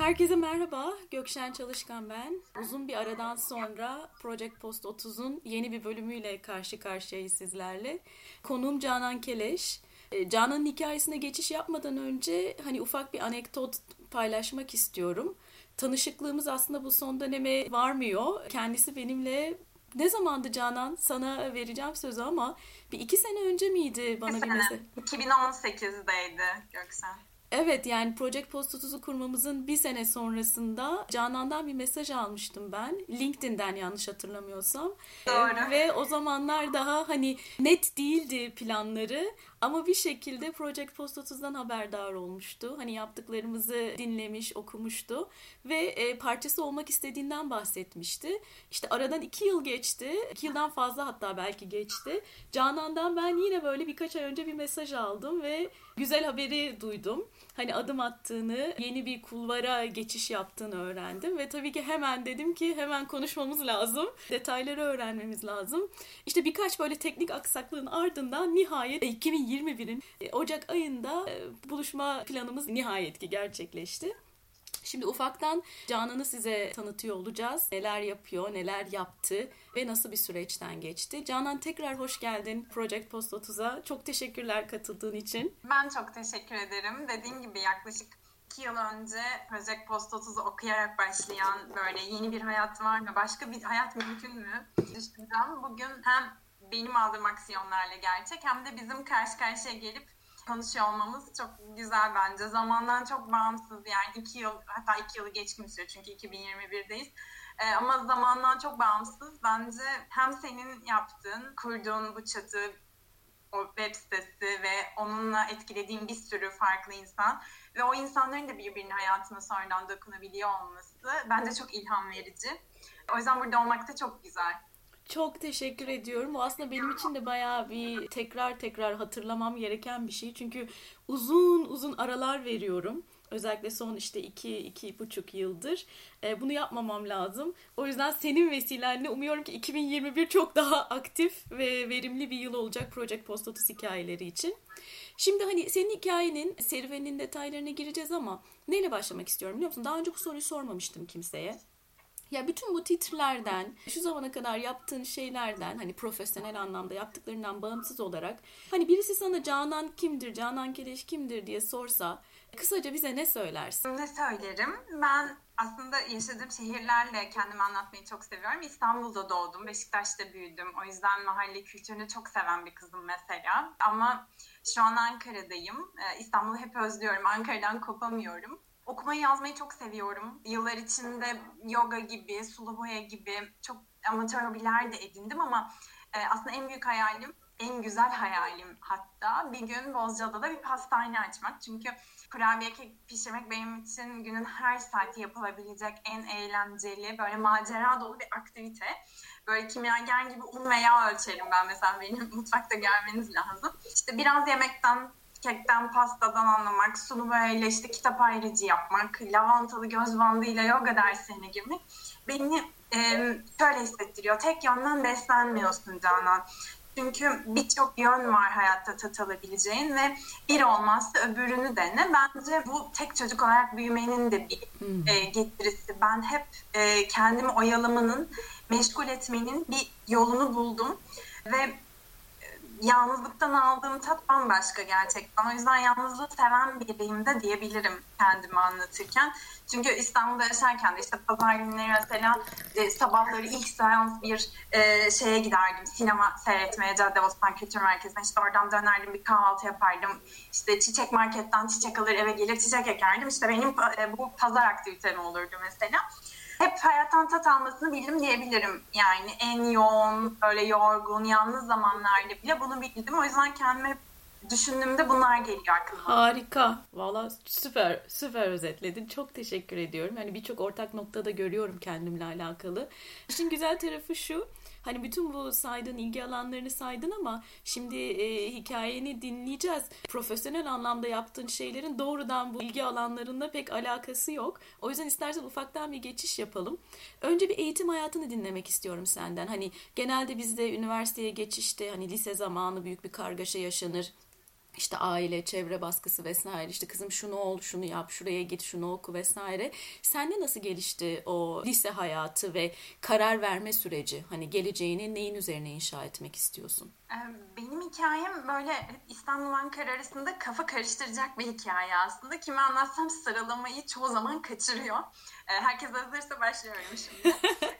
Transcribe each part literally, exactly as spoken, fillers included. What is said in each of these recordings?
Herkese merhaba, Gökşen Çalışkan ben. Uzun bir aradan sonra Project Post otuzun yeni bir bölümüyle karşı karşıyayız sizlerle. Konuğum Canan Keleş. Canan'ın hikayesine geçiş yapmadan önce hani ufak bir anekdot paylaşmak istiyorum. Tanışıklığımız aslında bu son döneme varmıyor. Kendisi benimle ne zamandı Canan? Sana vereceğim sözü ama bir iki sene önce miydi bana Bir bir sene. mesaj? iki bin on sekizdeydi Göksel. Evet, yani Project Post otuzu kurmamızın bir sene sonrasında Canan'dan bir mesaj almıştım ben. LinkedIn'den yanlış hatırlamıyorsam. Doğru. Ee, ve o zamanlar daha hani net değildi planları ama bir şekilde Project Post otuzdan haberdar olmuştu. Hani yaptıklarımızı dinlemiş, okumuştu ve e, parçası olmak istediğinden bahsetmişti. İşte aradan iki yıl geçti. İki yıldan fazla hatta belki geçti. Canan'dan ben yine böyle birkaç ay önce bir mesaj aldım ve güzel haberi duydum. Hani adım attığını, yeni bir kulvara geçiş yaptığını öğrendim ve tabii ki hemen dedim ki hemen konuşmamız lazım. Detayları öğrenmemiz lazım. İşte birkaç böyle teknik aksaklığın ardından nihayet iki bin yirmi birin Ocak ayında buluşma planımız nihayet ki gerçekleşti. Şimdi ufaktan Canan'ı size tanıtıyor olacağız. Neler yapıyor, neler yaptı ve nasıl bir süreçten geçti. Canan tekrar hoş geldin Project Post otuza. Çok teşekkürler katıldığın için. Ben çok teşekkür ederim. Dediğim gibi yaklaşık iki yıl önce Project Post otuzu okuyarak başlayan böyle yeni bir hayat var mı? Başka bir hayat mümkün mü? Düşüneceğim. Bugün hem benim aldığım aksiyonlarla gerçek hem de bizim karşı karşıya gelip konuşuyor olmamız çok güzel bence. Zamandan çok bağımsız yani iki yıl hatta iki yılı geçmiştir çünkü iki bin yirmi birdeyiz. Ee, ama zamandan çok bağımsız. Bence hem senin yaptığın, kurduğun bu çatı, o web sitesi ve onunla etkilediğim bir sürü farklı insan ve o insanların da birbirinin hayatına sonradan dokunabiliyor olması bence çok ilham verici. O yüzden burada olmak da çok güzel. Çok teşekkür ediyorum. Bu aslında benim için de bayağı bir tekrar tekrar hatırlamam gereken bir şey. Çünkü uzun uzun aralar veriyorum. Özellikle son işte iki, iki buçuk yıldır. E, bunu yapmamam lazım. O yüzden senin vesilenle umuyorum ki iki bin yirmi bir çok daha aktif ve verimli bir yıl olacak Project Post otuz hikayeleri için. Şimdi hani senin hikayenin, serüvenin detaylarına gireceğiz ama neyle başlamak istiyorum biliyor musun? Daha önce bu soruyu sormamıştım kimseye. Ya bütün bu titrlerden, şu zamana kadar yaptığın şeylerden, hani profesyonel anlamda yaptıklarından bağımsız olarak, hani birisi sana Canan kimdir, Canan Keleş kimdir diye sorsa, kısaca bize ne söylersin? Ne söylerim? Ben aslında yaşadığım şehirlerle kendimi anlatmayı çok seviyorum. İstanbul'da doğdum, Beşiktaş'ta büyüdüm. O yüzden mahalle kültürünü çok seven bir kızım mesela. Ama şu an Ankara'dayım. Ee, İstanbul'u hep özlüyorum. Ankara'dan kopamıyorum. Okumayı yazmayı çok seviyorum. Yıllar içinde yoga gibi, sulu boya gibi çok amatör hobiler de edindim ama e, aslında en büyük hayalim, en güzel hayalim hatta bir gün Bozcaada'da bir pastane açmak. Çünkü kurabiye kek pişirmek benim için günün her saati yapılabilecek en eğlenceli, böyle macera dolu bir aktivite. Böyle kimyager gibi un ve yağ ölçerim ben mesela, benim mutfakta görmeniz lazım. İşte biraz yemekten, kekten, pastadan anlamak, sulu böyle işte kitap ayrıcı yapmak, lavantalı göz bandıyla yoga derslerine girmek beni e, şöyle hissettiriyor. Tek yönden beslenmiyorsun Canan. Çünkü birçok yön var hayatta tat alabileceğin ve bir olmazsa öbürünü dene. Bence bu tek çocuk olarak büyümenin de bir Hmm. e, getirisi. Ben hep e, kendimi oyalamanın, meşgul etmenin bir yolunu buldum ve yalnızlıktan aldığım tat bambaşka gerçekten. O yüzden yalnızlığı seven biriyim de diyebilirim kendimi anlatırken. Çünkü İstanbul'da yaşarken de işte pazar günleri mesela e, sabahları ilk seans bir e, şeye giderdim. Sinema seyretmeye Caddebostan Kültür Merkezi'ne. İşte oradan dönerdim, bir kahvaltı yapardım. İşte çiçek marketten çiçek alır eve gelir çiçek ekerdim. İşte benim e, bu pazar aktivitem olurdu mesela. Hep hayattan tat almasını bildim diyebilirim. Yani en yoğun, böyle yorgun, yalnız zamanlarda bile bunu bildim. O yüzden kendime hep düşündüğümde bunlar geliyor aklıma. Harika. Valla süper, süper özetledin. Çok teşekkür ediyorum. Hani birçok ortak noktada görüyorum kendimle alakalı. İşin güzel tarafı şu. Hani bütün bu saydığın ilgi alanlarını saydın ama şimdi e, hikayeni dinleyeceğiz. Profesyonel anlamda yaptığın şeylerin doğrudan bu ilgi alanlarında pek alakası yok. O yüzden istersen ufaktan bir geçiş yapalım. Önce bir eğitim hayatını dinlemek istiyorum senden. Hani genelde bizde üniversiteye geçişte hani lise zamanı büyük bir kargaşa yaşanır. İşte aile, çevre baskısı vesaire, işte kızım şunu ol, şunu yap, şuraya git, şunu oku vesaire. Sende nasıl gelişti o lise hayatı ve karar verme süreci? Hani geleceğini neyin üzerine inşa etmek istiyorsun? Benim hikayem böyle İstanbul Ankara arasında kafa karıştıracak bir hikaye aslında. Kime anlatsam sıralamayı çoğu zaman kaçırıyor. Herkes hazırsa başlıyorum şimdi.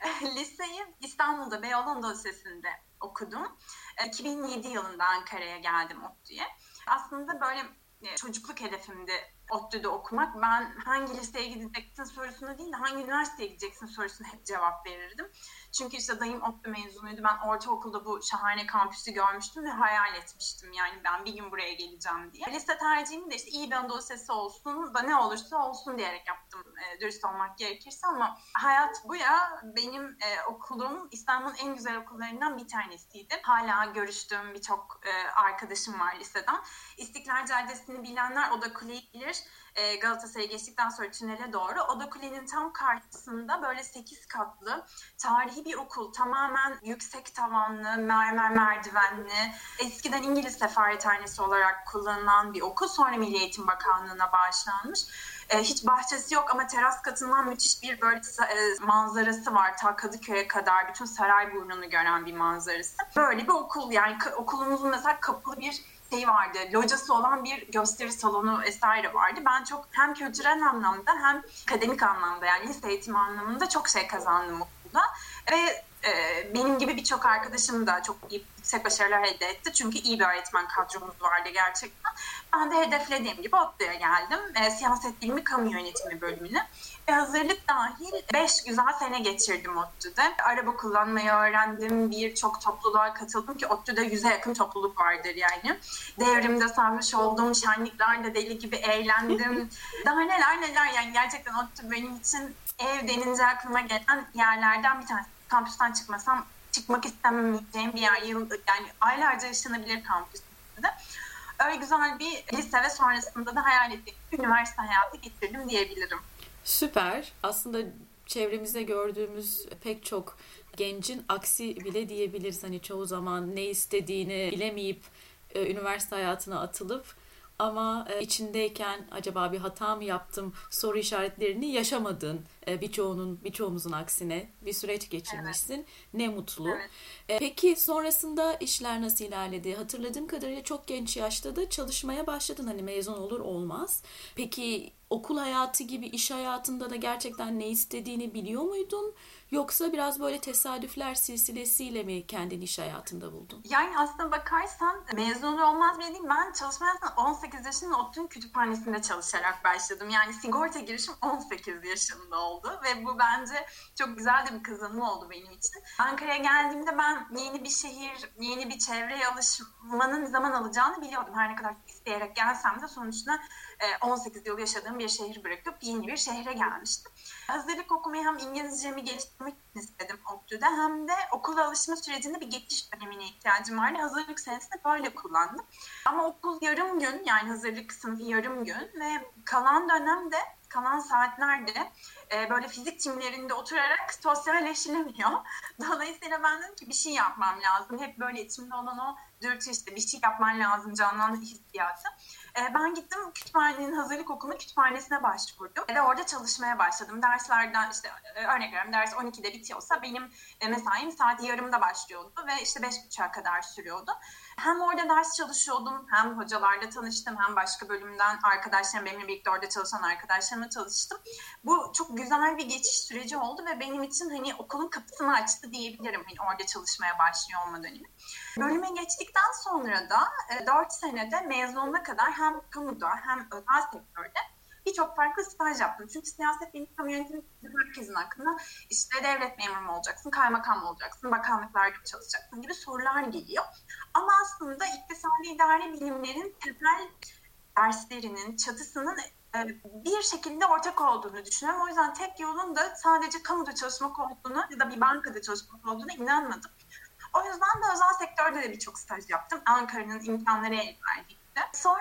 Liseyi İstanbul'da Beyoğlu Anadolu Lisesi'nde okudum. iki bin yedi yılında Ankara'ya geldim ODTÜ'ye. Aslında böyle çocukluk hedefimdi ODTÜ'de okumak. Ben hangi liseye gideceksin sorusuna değil de hangi üniversiteye gideceksin sorusuna hep cevap verirdim. Çünkü işte dayım ODTÜ mezunuydu. Ben ortaokulda bu şahane kampüsü görmüştüm ve hayal etmiştim. Yani ben bir gün buraya geleceğim diye. Lise tercihimi de işte iyi bir Anadolu Lisesi olsun da ne olursa olsun diyerek yaptım, e, dürüst olmak gerekirse, ama hayat bu ya. Benim e, okulum İstanbul'un en güzel okullarından bir tanesiydi. Hala görüştüğüm birçok e, arkadaşım var liseden. İstiklal Caddesi'ni bilenler Oda Kule'yi bilir. E, Galatasaray'a geçtikten sonra tünele doğru. Oda Kule'nin tam karşısında böyle sekiz katlı tarihi bir okul. Tamamen yüksek tavanlı, mermer merdivenli. Eskiden İngiliz Sefarethanesi olarak kullanılan bir okul. Sonra Milli Eğitim Bakanlığı'na bağışlanmış. E, hiç bahçesi yok ama teras katından müthiş bir böyle e, manzarası var. Ta Kadıköy'e kadar bütün Sarayburnu'nu gören bir manzarası. Böyle bir okul, yani okulumuzun mesela kapalı bir şey vardı, locası olan bir gösteri salonu vesaire vardı. Ben çok hem kültürel anlamda hem akademik anlamda, yani lise eğitimi anlamında çok şey kazandım okulda. Ve e, benim gibi birçok arkadaşım da çok iyi, yüksek başarılar elde etti. Çünkü iyi bir öğretmen kadromuz vardı gerçekten. Ben de hedeflediğim gibi ODTÜ'ye geldim. E, siyaset bilimi, kamu yönetimi bölümüne. Ve hazırlık dahil beş güzel sene geçirdim ODTÜ'de. Araba kullanmayı öğrendim. Birçok topluluğa katıldım ki ODTÜ'de yüze yakın topluluk vardır yani. Devrimde sarmış oldum. Şenliklerde deli gibi eğlendim. Daha neler neler, yani gerçekten ODTÜ benim için ev denince aklıma gelen yerlerden bir tanesi. Kampüsten çıkmasam çıkmak istemeyeceğim bir yer. Yani aylarca yaşanabilir kampüsünde. Öyle güzel bir lise ve sonrasında da hayal ettiğim bir üniversite hayatı geçirdim diyebilirim. Süper. Aslında çevremizde gördüğümüz pek çok gencin aksi bile diyebiliriz. Hani çoğu zaman ne istediğini bilemeyip e, üniversite hayatına atılıp ama e, içindeyken acaba bir hata mı yaptım soru işaretlerini yaşamadın. E, birçoğunun, birçoğumuzun aksine bir süreç geçirmişsin. Evet. Ne mutlu. Evet. E, peki sonrasında işler nasıl ilerledi? Hatırladığım kadarıyla çok genç yaşta da çalışmaya başladın. Hani mezun olur olmaz. Peki okul hayatı gibi iş hayatında da gerçekten ne istediğini biliyor muydun? Yoksa biraz böyle tesadüfler silsilesiyle mi kendini iş hayatında buldun? Yani aslında bakarsan mezun olmaz bile değil. Ben çalışmaya on sekiz yaşında ODTÜ'nün kütüphanesinde çalışarak başladım. Yani sigorta girişim on sekiz yaşında oldu ve bu bence çok güzel de bir kazanım oldu benim için. Ankara'ya geldiğimde ben yeni bir şehir, yeni bir çevreye alışmanın zaman alacağını biliyordum. Her ne kadar isteyerek gelsem de sonuçta on sekiz yıl yaşadığım bir şehir bırakıp yeni bir şehre gelmiştim. Hazırlık okumayı hem İngilizcemi geliştirmek istedim ODTÜ'de, hem de okula alışma sürecinde bir geçiş dönemine ihtiyacım vardı. Hazırlık senesinde böyle kullandım. Ama okul yarım gün, yani hazırlık sınıfı yarım gün ve kalan dönemde, kalan saatlerde e, böyle fizik çimlerinde oturarak sosyalleşilemiyor. Dolayısıyla ben dedim ki bir şey yapmam lazım. Hep böyle içimde olan o dürtü, işte bir şey yapman lazım canlanan hissiyatı. E, ben gittim kütüphanenin hazırlık okulu kütüphanesine başvurdum ve orada çalışmaya başladım. Derslerden işte örnek veriyorum, ders on ikide bitiyorsa benim e, mesaim saat yarımda başlıyordu ve işte beş buçuğa kadar sürüyordu. Hem orada ders çalışıyordum, hem hocalarla tanıştım, hem başka bölümden arkadaşlarım, benimle birlikte orada çalışan arkadaşlarımla çalıştım. Bu çok güzel bir geçiş süreci oldu ve benim için hani okulun kapısını açtı diyebilirim, hani orada çalışmaya başlıyor olma dönemi. Bölüme geçtikten sonra da dört senede mezununa kadar hem kamuda hem özel sektörde birçok farklı staj yaptım. Çünkü siyaset bilimi, kamu yönetimi herkesin hakkında işte devlet memuru mu olacaksın, kaymakam mı olacaksın, bakanlıklarda mı çalışacaksın gibi sorular geliyor. Ama aslında iktisadi idari bilimlerin temel derslerinin, çatısının bir şekilde ortak olduğunu düşünüyorum. O yüzden tek yolun da sadece kamuda çalışmak olduğunu ya da bir bankada çalışmak olduğuna inanmadım. O yüzden de özel sektörde de birçok staj yaptım. Ankara'nın imkanları el verdiğinde. Sonra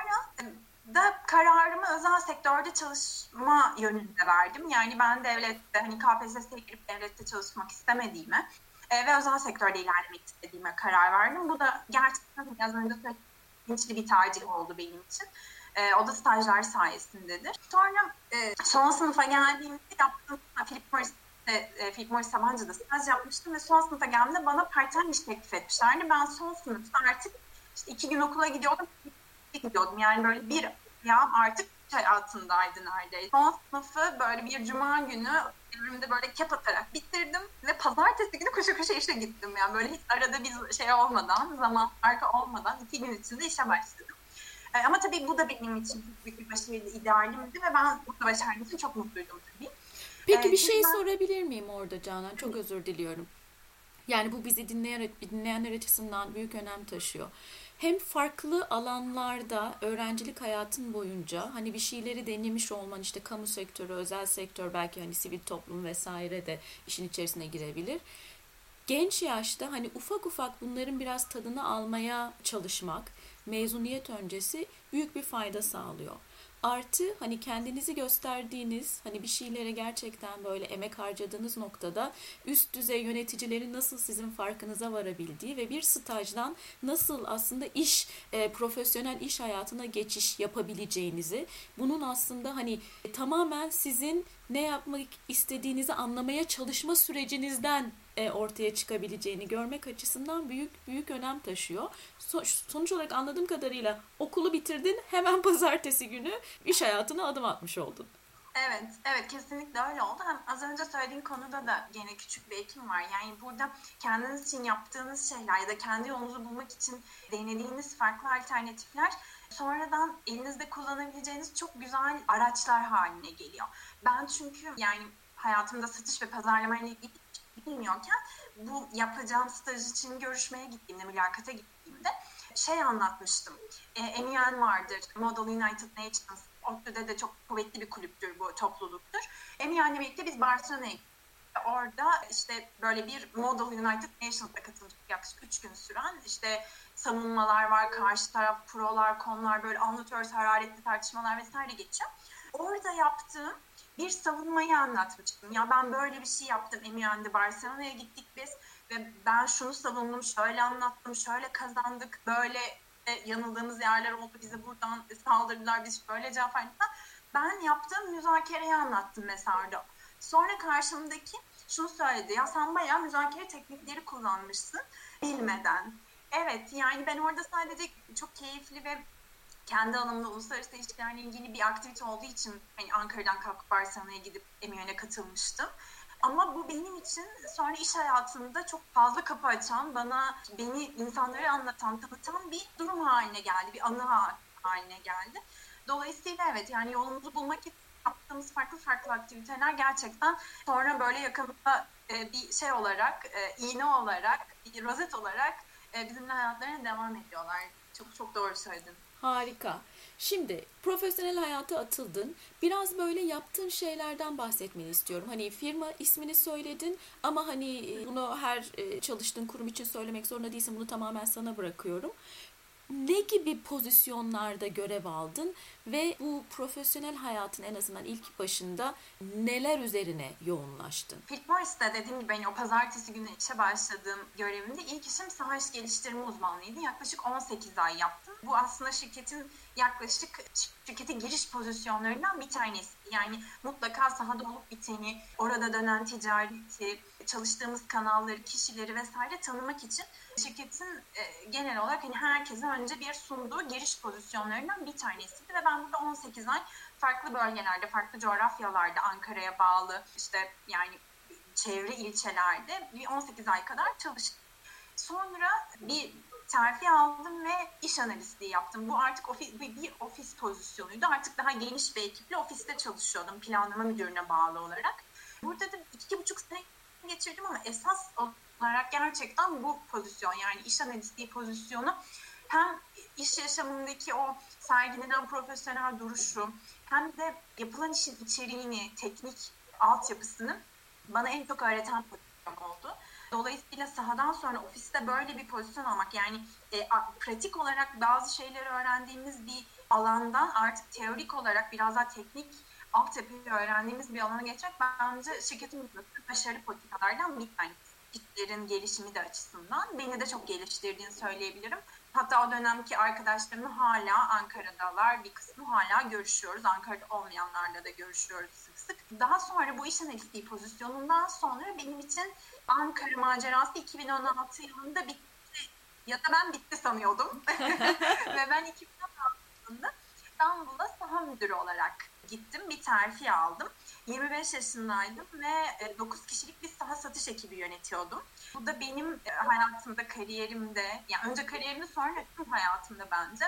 da kararımı özel sektörde çalışma yönünde verdim. Yani ben devlette, hani K P S S'ye girip devlette çalışmak istemediğime e, ve özel sektörde ilerlemek istediğime karar verdim. Bu da gerçekten az önce bilinçli bir tercih oldu benim için. E, o da stajlar sayesindedir. Sonra e, son sınıfa geldiğimde yaptığım Philip Morris e, Philip Morris Sabancı'da staj yapmıştım ve son sınıfa geldiğimde bana part-time iş teklif etmişlerdi. Ben son sınıfta artık işte iki gün okula gidiyordum, gidiyordum. Yani böyle bir ya artık hayatındaydı neredeyse. Son sınıfı böyle bir cuma günü evimde böyle kep atarak bitirdim ve pazartesi günü koşa koşa işe gittim. Yani böyle hiç arada bir şey olmadan, zaman farkı olmadan iki gün içinde işe başladım. Ee, ama tabii bu da benim için çok büyük bir başarıydı, idealimdi ve ben bu başardığım için çok mutluydum tabii. Peki ee, bir şey ben... sorabilir miyim orada Canan? Çok özür diliyorum. Yani bu bizi dinleyen, dinleyenler açısından büyük önem taşıyor. Hem farklı alanlarda öğrencilik hayatın boyunca hani bir şeyleri denemiş olman, işte kamu sektörü, özel sektör, belki hani sivil toplum vesaire de işin içerisine girebilir. Genç yaşta hani ufak ufak bunların biraz tadını almaya çalışmak mezuniyet öncesi büyük bir fayda sağlıyor. Artı hani kendinizi gösterdiğiniz, hani bir şeylere gerçekten böyle emek harcadığınız noktada üst düzey yöneticilerin nasıl sizin farkınıza varabildiği ve bir stajdan nasıl aslında iş, e, profesyonel iş hayatına geçiş yapabileceğinizi, bunun aslında hani e, tamamen sizin ne yapmak istediğinizi anlamaya çalışma sürecinizden e, ortaya çıkabileceğini görmek açısından büyük büyük önem taşıyor. So- sonuç olarak anladığım kadarıyla okulu bitirdin, hemen pazartesi günü iş hayatına adım atmış oldun. Evet, evet kesinlikle öyle oldu. Hem az önce söylediğin konuda da gene küçük bir ekim var. Yani burada kendiniz için yaptığınız şeyler ya da kendi yolunuzu bulmak için denediğiniz farklı alternatifler sonradan elinizde kullanabileceğiniz çok güzel araçlar haline geliyor. Ben çünkü yani hayatımda satış ve pazarlama ile ilgili bilmiyorken bu yapacağım staj için görüşmeye gittiğimde, mülakata gittiğimde şey anlatmıştım. E, M U N vardır, Model United Nations. ODTÜ'de de çok kuvvetli bir kulüptür bu, topluluktur. M U N'le birlikte biz Barcelona'ya gittik. Orada işte böyle bir Model United Nations'a katıldık, yaklaşık üç gün süren. İşte savunmalar var, karşı taraf, prolar, konular, böyle anlatıyoruz, hararetli tartışmalar vesaire geçiyor. Orada yaptığım bir savunmayı anlatmıştım. Ya ben böyle bir şey yaptım, M U N'de Barcelona'ya gittik biz ve ben şunu savundum, şöyle anlattım, şöyle kazandık, böyle yanıldığımız yerler oldu, bize buradan saldırdılar, biz böyle cevap verdik. Ben yaptığım müzakereyi anlattım mesela orada. Sonra karşımdaki şunu söyledi, ya sen bayağı müzakere teknikleri kullanmışsın bilmeden. Evet, yani ben orada sadece çok keyifli ve kendi alanımda uluslararası ilişkilerle ilgili bir aktivite olduğu için hani Ankara'dan kalkıp Barcelona'ya gidip M U N'e katılmıştım. Ama bu benim için sonra iş hayatında çok fazla kapı açan, bana beni insanlara anlatan, tanıtan bir durum haline geldi, bir anı haline geldi. Dolayısıyla evet, yani yolumuzu bulmak için yaptığımız farklı farklı aktiviteler gerçekten sonra böyle yakında e, bir şey olarak, e, iğne olarak, bir rozet olarak e, bizimle hayatlarına devam ediyorlar. Çok çok doğru söyledin. Harika. Şimdi profesyonel hayata atıldın. Biraz böyle yaptığın şeylerden bahsetmeni istiyorum. Hani firma ismini söyledin ama hani bunu her çalıştığın kurum için söylemek zorunda değilsin. Bunu tamamen sana bırakıyorum. Ne gibi pozisyonlarda görev aldın ve bu profesyonel hayatın en azından ilk başında neler üzerine yoğunlaştın? Philip Morris'te dediğim gibi hani o pazartesi günü işe başladığım görevimde ilk işim saha iş geliştirme uzmanlığıydı. Yaklaşık on sekiz ay yaptım. Bu aslında şirketin yaklaşık şirketin giriş pozisyonlarından bir tanesi. Yani mutlaka sahada olup biteni, orada dönen ticareti, çalıştığımız kanalları, kişileri vesaire tanımak için şirketin e, genel olarak hani herkese önce bir sunduğu giriş pozisyonlarından bir tanesiydi ve ben burada on sekiz ay farklı bölgelerde, farklı coğrafyalarda, Ankara'ya bağlı işte yani çevre ilçelerde bir on sekiz ay kadar çalıştım. Sonra bir terfi aldım ve iş analistliği yaptım. Bu artık ofis, bir ofis pozisyonuydu. Artık daha geniş bir ekiple ofiste çalışıyordum planlama müdürüne bağlı olarak. Burada da iki buçuk sene geçirdim ama esas olarak gerçekten bu pozisyon, yani iş analistliği pozisyonu hem iş yaşamındaki o sergilenen profesyonel duruşu hem de yapılan işin içeriğini, teknik altyapısını bana en çok öğreten pozisyon oldu. Dolayısıyla sahadan sonra ofiste böyle bir pozisyon almak, yani e, pratik olarak bazı şeyleri öğrendiğimiz bir alandan artık teorik olarak biraz daha teknik altyapıyı öğrendiğimiz bir alana geçmek bence şirketin başarılı politikalardan bir tanesi. kişilerin gelişimi de açısından beni de çok geliştirdiğini söyleyebilirim. Hatta o dönemki arkadaşlarımla hala Ankara'dalar. Bir kısmı hala görüşüyoruz. Ankara'da olmayanlarla da görüşüyoruz sık sık. Daha sonra bu iş analistliği pozisyonundan sonra benim için Ankara macerası iki bin on altı yılında bitti. Ya da ben bitti sanıyordum. Ve ben iki bin on altı yılında İstanbul'a saha müdürü olarak gittim. Bir terfi aldım. yirmi beş yaşındaydım ve dokuz kişilik bir saha satış ekibi yönetiyordum. Bu da benim hayatımda, kariyerimde, yani önce kariyerimde sonra tüm hayatımda bence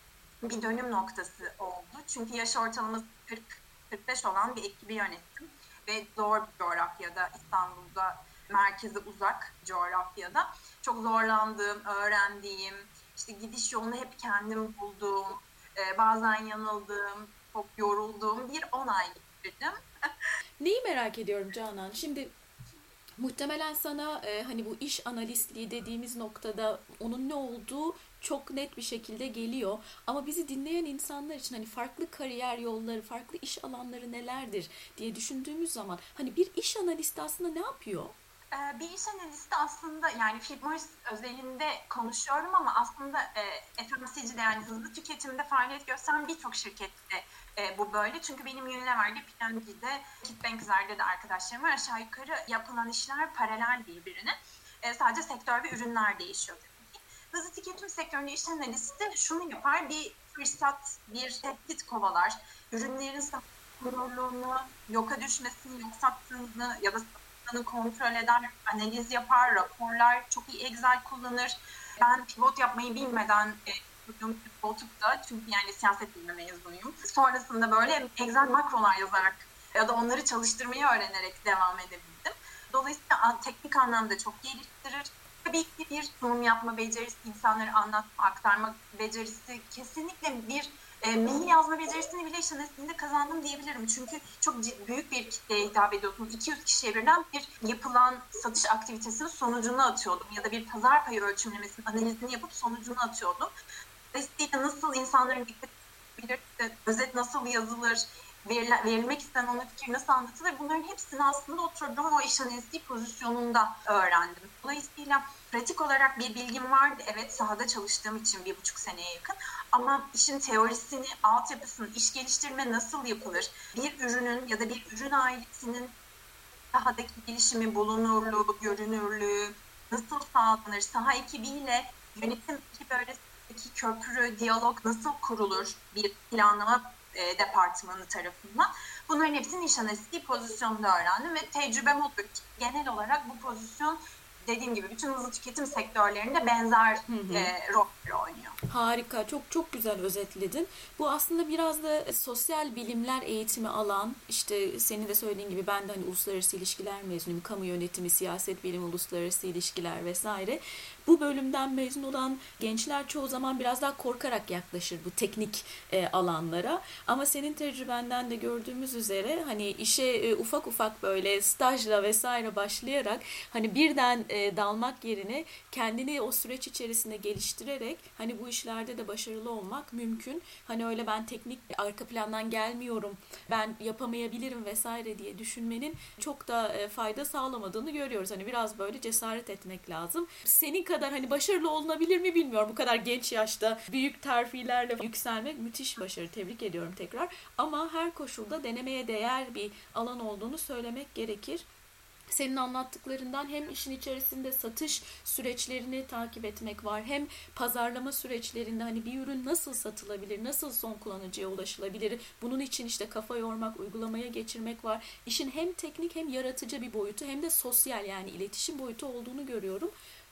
bir dönüm noktası oldu. Çünkü yaş ortalaması kırk kırk beş olan bir ekibi yönettim. Ve zor bir coğrafyada, İstanbul'da merkeze uzak coğrafyada çok zorlandığım, öğrendiğim, işte gidiş yolunu hep kendim bulduğum, bazen yanıldığım, çok yorulduğum bir on ay geçirdim. Neyi merak ediyorum Canan? Şimdi muhtemelen sana e, hani bu iş analistliği dediğimiz noktada onun ne olduğu çok net bir şekilde geliyor. Ama bizi dinleyen insanlar için hani farklı kariyer yolları, farklı iş alanları nelerdir diye düşündüğümüz zaman hani bir iş analisti aslında ne yapıyor? Bir iş analisti aslında, yani Philip Morris özelinde konuşuyorum ama aslında e, F M C G'de, yani hızlı tüketimde faaliyet gösteren birçok şirkette e, bu böyle. Çünkü benim Unilever'de, P and G'de, Kitbank'lerde de arkadaşlarım var. Aşağı yukarı yapılan işler paralel birbirine. E, sadece sektör ve ürünler değişiyor tabii ki. Hızlı tüketim sektöründe iş analisti şunu yapar: bir fırsat, bir tehdit kovalar. Ürünlerin korunurluğunu, yoka düşmesini, yok sattığını ya da kontrol eder, analiz yapar, raporlar, çok iyi Excel kullanır. Ben pivot yapmayı bilmeden e, pivotuk da, çünkü yani siyaset bilimi mezunuyum. Sonrasında böyle Excel makrolar yazarak ya da onları çalıştırmayı öğrenerek devam edebildim. Dolayısıyla teknik anlamda çok geliştirir. Tabii ki bir sunum yapma becerisi, insanları anlatma, aktarma becerisi, kesinlikle bir E, mail yazma becerisini bile iş analizinde kazandım diyebilirim. Çünkü çok büyük bir kitleye hitap ediyorsunuz. iki yüz kişiye birden bir yapılan satış aktivitesinin sonucunu atıyordum. Ya da bir pazar payı ölçümlemesinin analizini yapıp sonucunu atıyordum. Dolayısıyla nasıl insanların dikkat edilir, özet nasıl yazılır, verilmek istenen ona fikir nasıl anlatılır, bunların hepsini aslında oturduğum o iş analizi pozisyonunda öğrendim. Dolayısıyla pratik olarak bir bilgim vardı. Evet, sahada çalıştığım için bir buçuk seneye yakın. Ama işin teorisini, altyapısını, iş geliştirme nasıl yapılır, bir ürünün ya da bir ürün ailesinin sahadaki gelişimi, bulunurluğu, görünürlüğü nasıl sağlanır, saha ekibiyle yönetim ekibi arasındaki köprü, diyalog nasıl kurulur bir planlama e, departmanı tarafından. Bunların hepsini iş analizi pozisyonunda öğrendim ve tecrübem odur ki genel olarak bu pozisyon, dediğim gibi, bütün hızlı tüketim sektörlerinde benzer hı hı. E, rolleri oynuyor. Harika, çok çok güzel özetledin. Bu aslında biraz da sosyal bilimler eğitimi alan, işte senin de söylediğin gibi ben de hani uluslararası ilişkiler mezunuyum, kamu yönetimi, siyaset bilimi, uluslararası ilişkiler vesaire. Bu bölümden mezun olan gençler çoğu zaman biraz daha korkarak yaklaşır bu teknik e, alanlara. Ama senin tecrübenden de gördüğümüz üzere hani işe e, ufak ufak böyle stajla vesaire başlayarak hani birden e, dalmak yerine kendini o süreç içerisinde geliştirerek hani bu işlerde de başarılı olmak mümkün. Hani öyle ben teknik arka plandan gelmiyorum, ben yapamayabilirim vesaire diye düşünmenin çok da e, fayda sağlamadığını görüyoruz. Hani biraz böyle cesaret etmek lazım. Senin kadar hani başarılı olunabilir mi bilmiyorum. Bu kadar genç yaşta büyük terfilerle yükselmek müthiş başarı. Tebrik ediyorum tekrar. Ama her koşulda denemeye değer bir alan olduğunu söylemek gerekir. Senin anlattıklarından hem işin içerisinde satış süreçlerini takip etmek var, hem pazarlama süreçlerinde hani bir ürün nasıl satılabilir, nasıl son kullanıcıya ulaşılabilir, bunun için işte kafa yormak, uygulamaya geçirmek var. İşin hem teknik hem yaratıcı bir boyutu hem de sosyal, yani iletişim boyutu olduğunu görüyorum.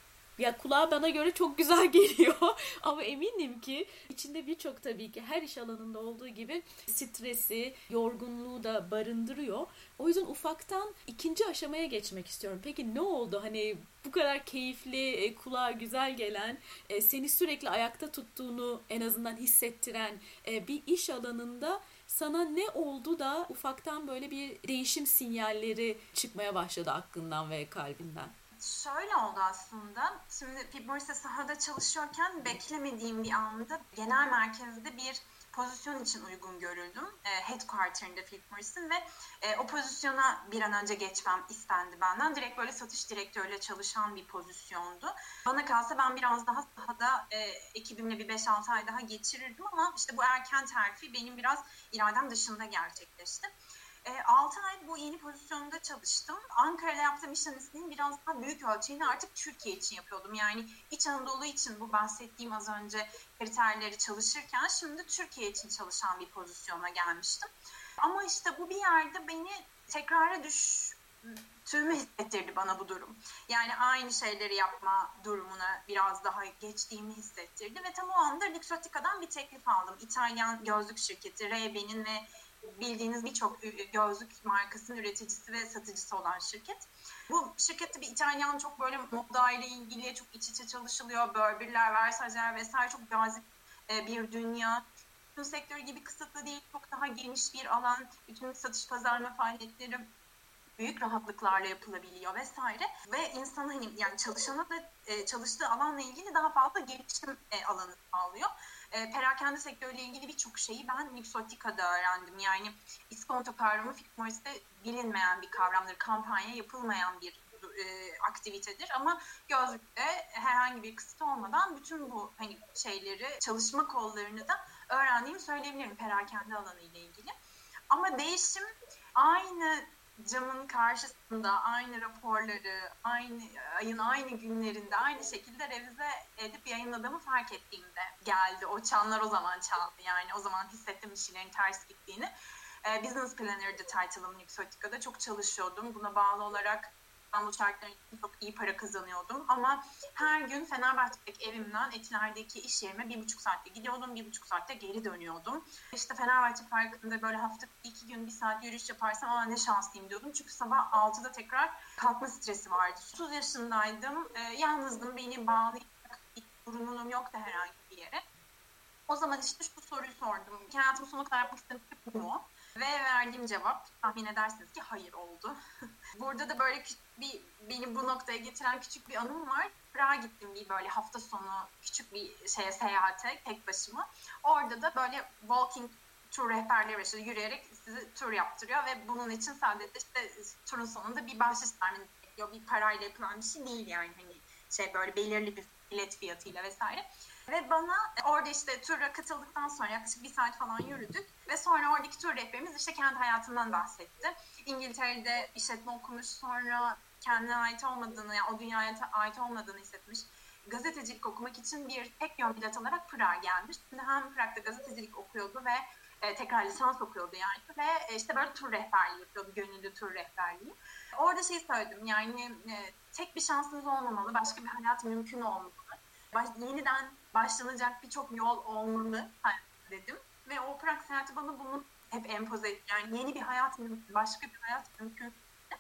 Ya kulağa bana göre çok güzel geliyor ama eminim ki içinde birçok, tabii ki her iş alanında olduğu gibi, stresi, yorgunluğu da barındırıyor. O yüzden ufaktan ikinci aşamaya geçmek istiyorum. Peki ne oldu? Hani bu kadar keyifli, kulağa güzel gelen, seni sürekli ayakta tuttuğunu en azından hissettiren bir iş alanında sana ne oldu da ufaktan böyle bir değişim sinyalleri çıkmaya başladı aklından ve kalbinden? Şöyle oldu aslında. Şimdi Philip Morris'te sahada çalışıyorken beklemediğim bir anda genel merkezde bir pozisyon için uygun görüldüm. E, headquarter'ında Philip Morris'in ve e, o pozisyona bir an önce geçmem istendi benden. Direkt böyle satış direktörüyle çalışan bir pozisyondu. Bana kalsa ben biraz daha sahada e, ekibimle bir beş altı ay daha geçirirdim ama işte bu erken terfi benim biraz iradem dışında gerçekleşti. E, altı ay bu yeni pozisyonda çalıştım. Ankara'da yaptığım iş analizinin biraz daha büyük ölçeğini artık Türkiye için yapıyordum. Yani İç Anadolu için bu bahsettiğim az önce kriterleri çalışırken şimdi Türkiye için çalışan bir pozisyona gelmiştim. Ama işte bu bir yerde beni tekrara düştüğümü hissettirdi bana bu durum. Yani aynı şeyleri yapma durumuna biraz daha geçtiğimi hissettirdi ve tam o anda Luxottica'dan bir teklif aldım. İtalyan gözlük şirketi Ray-Ban'in ve bildiğiniz birçok gözlük markasının üreticisi ve satıcısı olan şirket. Bu şirkette bir İtalyan çok böyle moda ile ilgili çok iç içe çalışılıyor. Burberry'ler, Versace'ler vesaire çok cazip bir dünya. Bütün sektörü gibi kısıtlı değil, çok daha geniş bir alan. Bütün satış pazarlama faaliyetleri büyük rahatlıklarla yapılabiliyor vesaire ve insan hani yani çalışana da e, çalıştığı alanla ilgili daha fazla gelişim e, alanı sağlıyor. E, perakende sektörüyle ilgili birçok şeyi ben Luxottica'da öğrendim. Yani iskonto kavramı Philip Morris'te bilinmeyen bir kavramdır. Kampanya yapılmayan bir e, aktivitedir ama gözlükte herhangi bir kısıt olmadan bütün bu hani şeyleri, çalışma kollarını da öğrendiğimi söyleyebilirim perakende alanı ile ilgili. Ama değişim aynı camın karşısında aynı raporları, aynı ayın aynı günlerinde aynı şekilde revize edip yayınladığımı fark ettiğimde geldi. O çanlar o zaman çaldı. Yani o zaman hissettim işlerin ters gittiğini. E, Business Planner'dı title'ım Luxottica'da. Çok çalışıyordum. Buna bağlı olarak İstanbul şartları için çok iyi para kazanıyordum. Ama her gün Fenerbahçe'deki evimden Etiler'deki iş yerime bir buçuk saatte gidiyordum. Bir buçuk saatte geri dönüyordum. İşte Fenerbahçe Parkı'nda böyle haftada iki gün bir saat yürüyüş yaparsam aa ne şanslıyım diyordum. Çünkü sabah altıda tekrar kalkma stresi vardı. otuz yaşındaydım. E, yalnızdım. Beni bağlayacak bir durumum yoktu herhangi bir yere. O zaman işte şu soruyu sordum. Hayatımın sonuna kadar yapmak istediğim bu mu? Ve verdiğim cevap tahmin edersiniz ki hayır oldu. Burada da böyle bir beni bu noktaya getiren küçük bir anım var. Prag'a gittim bir böyle hafta sonu küçük bir şeye seyahate tek başıma. Orada da böyle walking tur rehberleri var. İşte yürüyerek sizi tur yaptırıyor ve bunun için sadece işte turun sonunda bir bahşiş vermeniz gerekiyor. Bir parayla yapılan bir şey değil yani hani şey böyle belirli bir bilet fiyatıyla vesaire. Ve bana orada işte tura katıldıktan sonra yaklaşık bir saat falan yürüdük. Ve sonra oradaki tur rehberimiz işte kendi hayatından bahsetti. İngiltere'de işletme okumuş, sonra kendine ait olmadığını, yani o dünyaya ait olmadığını hissetmiş. Gazetecilik okumak için bir tek yön bilet alarak Prag'a gelmiş. Şimdi hem Prag'da gazetecilik okuyordu ve e, tekrar lisans okuyordu yani. Ve e, işte böyle tur rehberliği yapıyordu, gönüllü tur rehberliği. Orada şey söyledim yani e, tek bir şansınız olmamalı, başka bir hayat mümkün olmalı. Baş, yeniden başlanacak birçok yol olmalı dedim. Ve o Prag seyahati bana bunu hep empoze etti. Yani yeni bir hayat mümkün, başka bir hayat mümkün.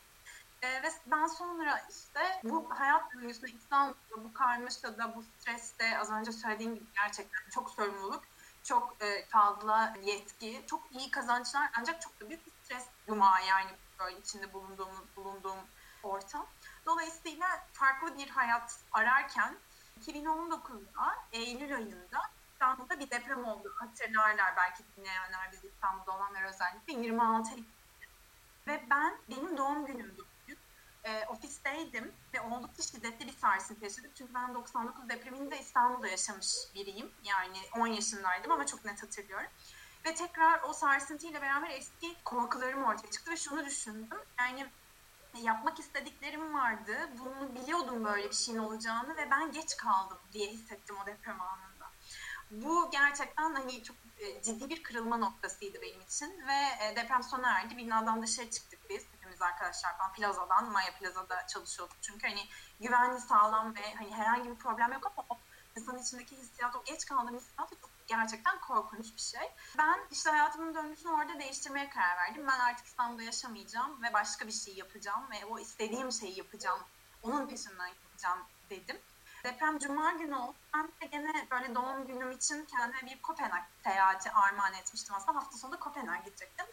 Ee, ve ben sonra işte bu hayat döngüsünde İstanbul'da, bu karmaşada, bu streste az önce söylediğim gibi gerçekten çok sorumluluk, çok e, fazla yetki, çok iyi kazançlar ancak çok da büyük bir stres yumağı yani böyle içinde bulunduğum, bulunduğum ortam. Dolayısıyla farklı bir hayat ararken iki bin on dokuzda Eylül ayında İstanbul'da bir deprem oldu. Hatırlarlar belki dinleyenler, biz İstanbul'da olanlar özellikle yirmi altı Eylül. Ve ben benim doğum günümdü. E, ofisteydim ve oldukça şiddetli bir sarsıntı yaşadık. Çünkü ben doksan dokuz depremini de İstanbul'da yaşamış biriyim. Yani on yaşındaydım ama çok net hatırlıyorum. Ve tekrar o sarsıntıyla beraber eski korkularım ortaya çıktı ve şunu düşündüm. Yani yapmak istediklerim vardı. Bunu biliyordum böyle bir şeyin olacağını ve ben geç kaldım diye hissettim o deprem anında. Bu gerçekten hani çok ciddi bir kırılma noktasıydı benim için ve deprem sona erdi. Binadan dışarı çıktık biz. Hepimiz arkadaşlar falan plazadan, Maya Plaza'da çalışıyorduk. Çünkü hani güvenli, sağlam ve hani herhangi bir problem yok ama o insanın içindeki hissiyat, o geç kaldığım hissiyat gerçekten korkunç bir şey. Ben işte hayatımın döngüsünü orada değiştirmeye karar verdim. Ben artık İstanbul'da yaşamayacağım ve başka bir şey yapacağım ve o istediğim şeyi yapacağım. Onun peşinden gideceğim dedim. Deprem Cuma günü oldu. Ben de gene böyle doğum günüm için kendime bir Kopenhag seyahati armağan etmiştim aslında. Hafta sonunda Kopenhag'a gidecektim.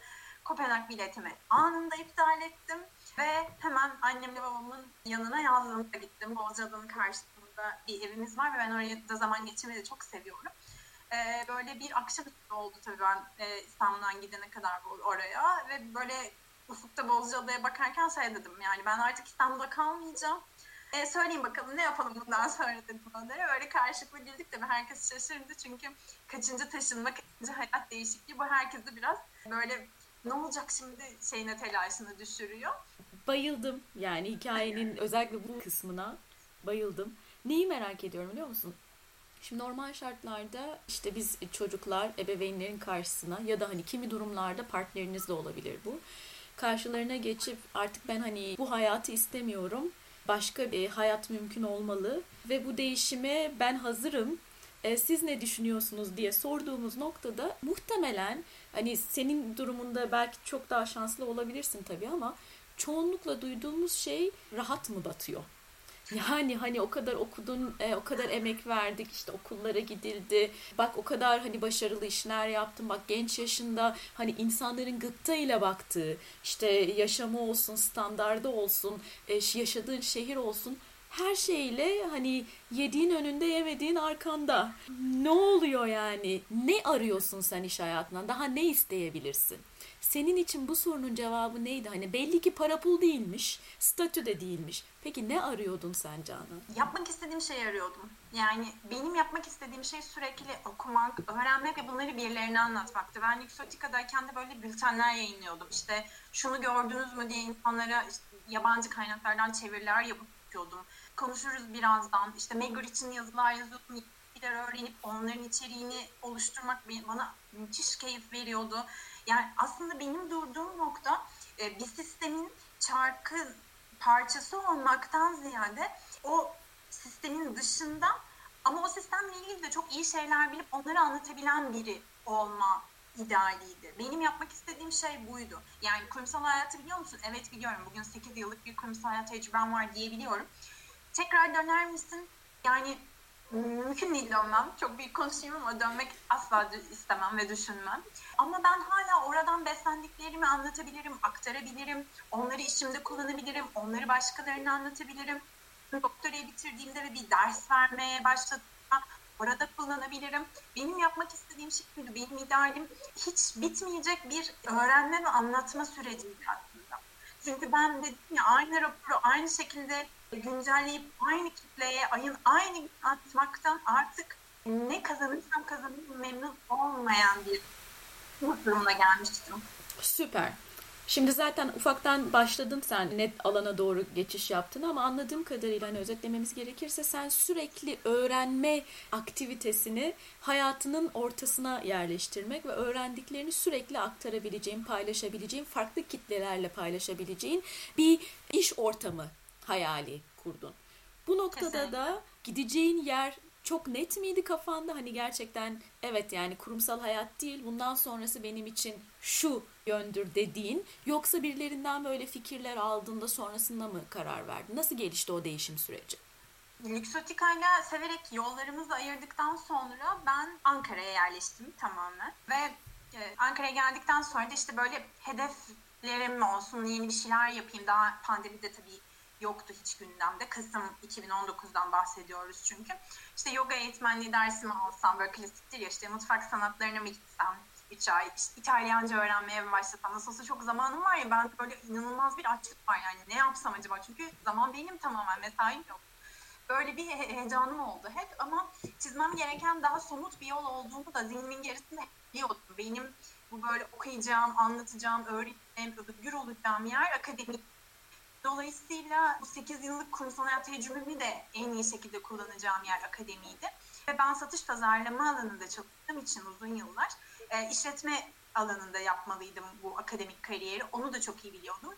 Kopenhag biletimi anında iptal ettim ve hemen annemle babamın yanına yazlığına gittim. Bozcaada'nın karşısında bir evimiz var ve ben oraya da zaman geçirmeyi de çok seviyorum. Ee, böyle bir akşamüstü oldu tabii ben e, İstanbul'dan gidene kadar oraya ve böyle ufukta Bozcaada'ya bakarken şey dedim, yani ben artık İstanbul'da kalmayacağım. E, söyleyin bakalım ne yapalım bundan sonra dedim onlara. Öyle karşılıklı güldük de herkes şaşırdı çünkü kaçıncı taşınma, kaçıncı hayat değişikliği bu herkesi biraz böyle ne olacak şimdi şeyine, telaşını düşürüyor. Bayıldım yani hikayenin özellikle bu kısmına bayıldım. Neyi merak ediyorum biliyor musun? Şimdi normal şartlarda işte biz çocuklar ebeveynlerin karşısına ya da hani kimi durumlarda partnerinizle olabilir bu. Karşılarına geçip artık ben hani bu hayatı istemiyorum. Başka bir hayat mümkün olmalı ve bu değişime ben hazırım. E, siz ne düşünüyorsunuz diye sorduğumuz noktada muhtemelen hani senin durumunda belki çok daha şanslı olabilirsin tabii ama çoğunlukla duyduğumuz şey rahat mı batıyor? Yani hani o kadar okudun, e, o kadar emek verdik, işte okullara gidildi. Bak o kadar hani başarılı işler yaptın. Bak genç yaşında hani insanların gıptayla baktığı, işte yaşamı olsun, standardı olsun, e, yaşadığın şehir olsun. Her şeyle hani yediğin önünde yemediğin arkanda. Ne oluyor yani? Ne arıyorsun sen iş hayatından? Daha ne isteyebilirsin? Senin için bu sorunun cevabı neydi? Hani belli ki para pul değilmiş, statü de değilmiş. Peki ne arıyordun sen Canan? Yapmak istediğim şeyi arıyordum. Yani benim yapmak istediğim şey sürekli okumak, öğrenmek ve bunları birilerine anlatmaktı. Ben Luxottica'dayken de böyle bültenler yayınlıyordum. İşte şunu gördünüz mü diye insanlara işte yabancı kaynaklardan çeviriler yapıyordum. Konuşuruz birazdan. İşte Megger için yazılar yazıyordum. Bir öğrenip onların içeriğini oluşturmak bana müthiş keyif veriyordu. Yani aslında benim durduğum nokta bir sistemin çarkı parçası olmaktan ziyade o sistemin dışında ama o sistemle ilgili de çok iyi şeyler bilip onları anlatabilen biri olma idealiydi. Benim yapmak istediğim şey buydu. Yani kurumsal hayatı biliyor musun? Evet biliyorum. Bugün sekiz yıllık bir kurumsal hayat tecrübem var diyebiliyorum. Tekrar döner misin? Yani mümkün değil dönmem. Çok büyük konuşayım ama dönmek asla istemem ve düşünmem. Ama ben hala oradan beslendiklerimi anlatabilirim, aktarabilirim. Onları işimde kullanabilirim, onları başkalarına anlatabilirim. Doktorayı bitirdiğimde ve bir ders vermeye başladığımda orada kullanabilirim. Benim yapmak istediğim şey buydu. Benim idealim hiç bitmeyecek bir öğrenme ve anlatma süreciydi aslında. Çünkü ben dedim ya, aynı raporu aynı şekilde güncelleyip aynı kitleye ayın aynı gün atmaktan artık ne kazanırsam kazanırım memnun olmayan bir durumuna gelmiştim. Süper. Şimdi zaten ufaktan başladın sen net alana doğru geçiş yaptın ama anladığım kadarıyla hani özetlememiz gerekirse sen sürekli öğrenme aktivitesini hayatının ortasına yerleştirmek ve öğrendiklerini sürekli aktarabileceğin, paylaşabileceğin, farklı kitlelerle paylaşabileceğin bir iş ortamı hayali kurdun. Bu noktada Kesinlikle. da gideceğin yer çok net miydi kafanda? Hani gerçekten evet yani kurumsal hayat değil, bundan sonrası benim için şu yöndür dediğin, yoksa birilerinden böyle fikirler aldığında sonrasında mı karar verdin? Nasıl gelişti o değişim süreci? Luxottica'yla severek yollarımızı ayırdıktan sonra ben Ankara'ya yerleştim tamamen. Ve e, Ankara'ya geldikten sonra da işte böyle hedeflerim olsun, yeni bir şeyler yapayım. Daha pandemide tabii yoktu hiç gündemde. Kasım iki bin on dokuzdan bahsediyoruz çünkü. İşte yoga eğitmenliği dersimi alsam, böyle klasiktir ya, işte mutfak sanatlarına mı gitsem, üç ay işte İtalyanca öğrenmeye mi başlasam, nasıl olsa çok zamanım var ya, ben böyle inanılmaz bir açlık var yani, ne yapsam acaba, çünkü zaman benim tamamen, mesaim yok. Böyle bir heyecanım oldu hep ama çizmem gereken daha somut bir yol olduğunu da zihnimin gerisinde biliyordum. Benim bu böyle okuyacağım, anlatacağım, öğreteceğim, özgür olacağım yer akademik. Dolayısıyla bu sekiz yıllık kurumsal hayat tecrübemi de en iyi şekilde kullanacağım yer akademiydi. Ve ben satış pazarlama alanında çalıştığım için uzun yıllar e, işletme alanında yapmalıydım bu akademik kariyeri. Onu da çok iyi biliyordum.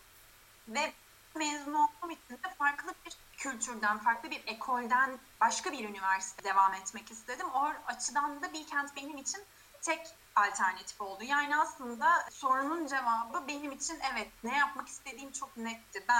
Ve mezun olduğum için de farklı bir kültürden, farklı bir ekolden başka bir üniversite devam etmek istedim. O açıdan da Bilkent benim için tek alternatif oldu. Yani aslında sorunun cevabı benim için evet, ne yapmak istediğim çok netti. Ben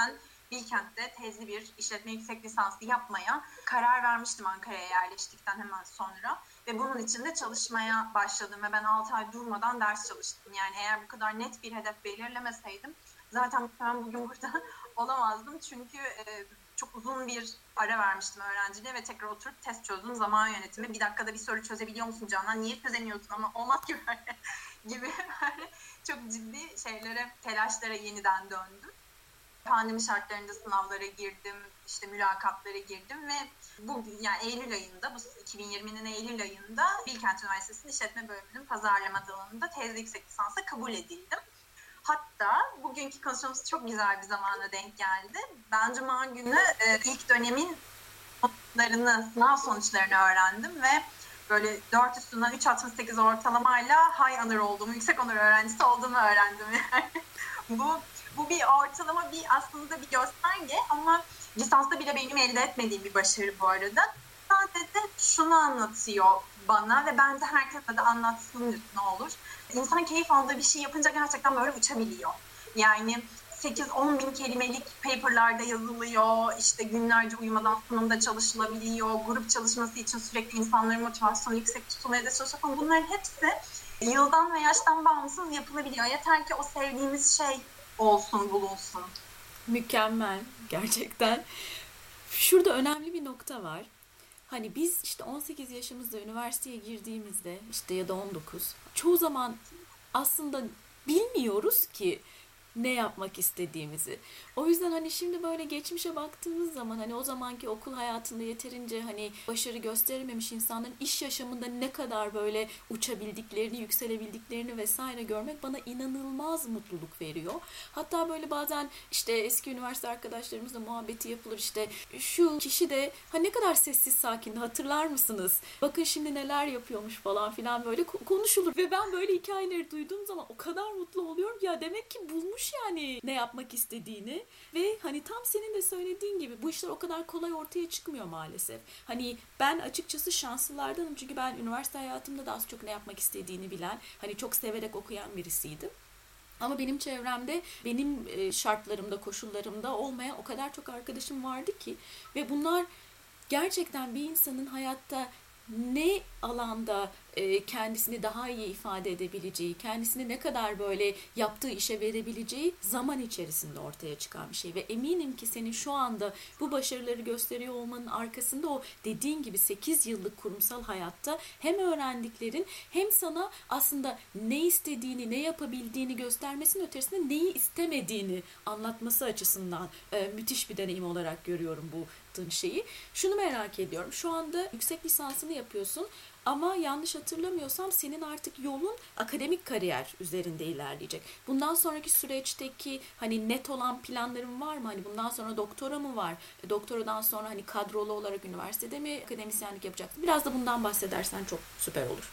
Bilkent'te tezli bir işletme yüksek lisansı yapmaya karar vermiştim Ankara'ya yerleştikten hemen sonra. Ve bunun için de çalışmaya başladım ve ben altı ay durmadan ders çalıştım. Yani eğer bu kadar net bir hedef belirlemeseydim zaten ben bugün burada olamazdım. Çünkü e, çok uzun bir ara vermiştim öğrenciliğe ve tekrar oturup test çözdüm. Zaman yönetimi. Bir dakikada bir soru çözebiliyor musun Canan? Niye çözemiyorsun ama olmaz ki böyle gibi böyle çok ciddi şeylere, telaşlara yeniden döndüm. Pandemi şartlarında sınavlara girdim, işte mülakatlara girdim ve bu yani Eylül ayında, bu iki bin yirminin Eylül ayında Bilkent Üniversitesi'nin işletme bölümünün pazarlama dalında tezli yüksek lisansa kabul edildim. Hatta bugünkü konuşmamız çok güzel bir zamana denk geldi. Ben Cuma günü e, ilk dönemin sonuçlarını, sınav sonuçlarını öğrendim ve böyle dört üstünden üç virgül altmış sekiz ortalamayla high honor olduğumu, yüksek honor öğrencisi olduğumu öğrendim yani. bu bu bir ortalama, bir aslında bir gösterge ama lisansta bile benim elde etmediğim bir başarı bu arada. Sadece şunu anlatıyor bana ve bence herkese de anlatsın ne olur. İnsan keyif aldığı bir şey yapınca gerçekten böyle uçabiliyor. Yani sekiz on bin kelimelik paperlarda yazılıyor, işte günlerce uyumadan sunumda çalışılabiliyor, grup çalışması için sürekli insanların motivasyonu yüksek tutulmaya da çalışıyor falan. Bunların hepsi yıldan ve yaştan bağımsız yapılabiliyor. Yeter ki o sevdiğimiz şey olsun, bulunsun. Mükemmel gerçekten. Şurada önemli bir nokta var. Hani biz işte on sekiz yaşımızda üniversiteye girdiğimizde işte ya da on dokuz çoğu zaman aslında bilmiyoruz ki ne yapmak istediğimizi. O yüzden hani şimdi böyle geçmişe baktığımız zaman hani o zamanki okul hayatında yeterince hani başarı gösterememiş insanların iş yaşamında ne kadar böyle uçabildiklerini, yükselebildiklerini vesaire görmek bana inanılmaz mutluluk veriyor. Hatta böyle bazen işte eski üniversite arkadaşlarımızla muhabbeti yapılır, işte şu kişi de ha ne kadar sessiz sakindi, hatırlar mısınız? Bakın şimdi neler yapıyormuş falan filan böyle konuşulur ve ben böyle hikayeleri duyduğum zaman o kadar mutlu oluyorum ya, demek ki bulmuş yani ne yapmak istediğini. Ve hani tam senin de söylediğin gibi bu işler o kadar kolay ortaya çıkmıyor maalesef. Hani ben açıkçası şanslılardanım çünkü ben üniversite hayatımda da az çok ne yapmak istediğini bilen, hani çok severek okuyan birisiydim. Ama benim çevremde, benim şartlarımda, koşullarımda olmayan o kadar çok arkadaşım vardı ki ve bunlar gerçekten bir insanın hayatta ne alanda e, kendisini daha iyi ifade edebileceği, kendisini ne kadar böyle yaptığı işe verebileceği zaman içerisinde ortaya çıkan bir şey. Ve eminim ki senin şu anda bu başarıları gösteriyor olmanın arkasında o dediğin gibi sekiz yıllık kurumsal hayatta hem öğrendiklerin hem sana aslında ne istediğini, ne yapabildiğini göstermesinin ötesinde neyi istemediğini anlatması açısından e, müthiş bir deneyim olarak görüyorum bu şeyi. Şunu merak ediyorum. Şu anda yüksek lisansını yapıyorsun ama yanlış hatırlamıyorsam senin artık yolun akademik kariyer üzerinde ilerleyecek. Bundan sonraki süreçteki hani net olan planların var mı? Hani bundan sonra doktora mı var? Doktoradan sonra hani kadrolu olarak üniversitede mi akademisyenlik yapacaksın? Biraz da bundan bahsedersen çok süper olur.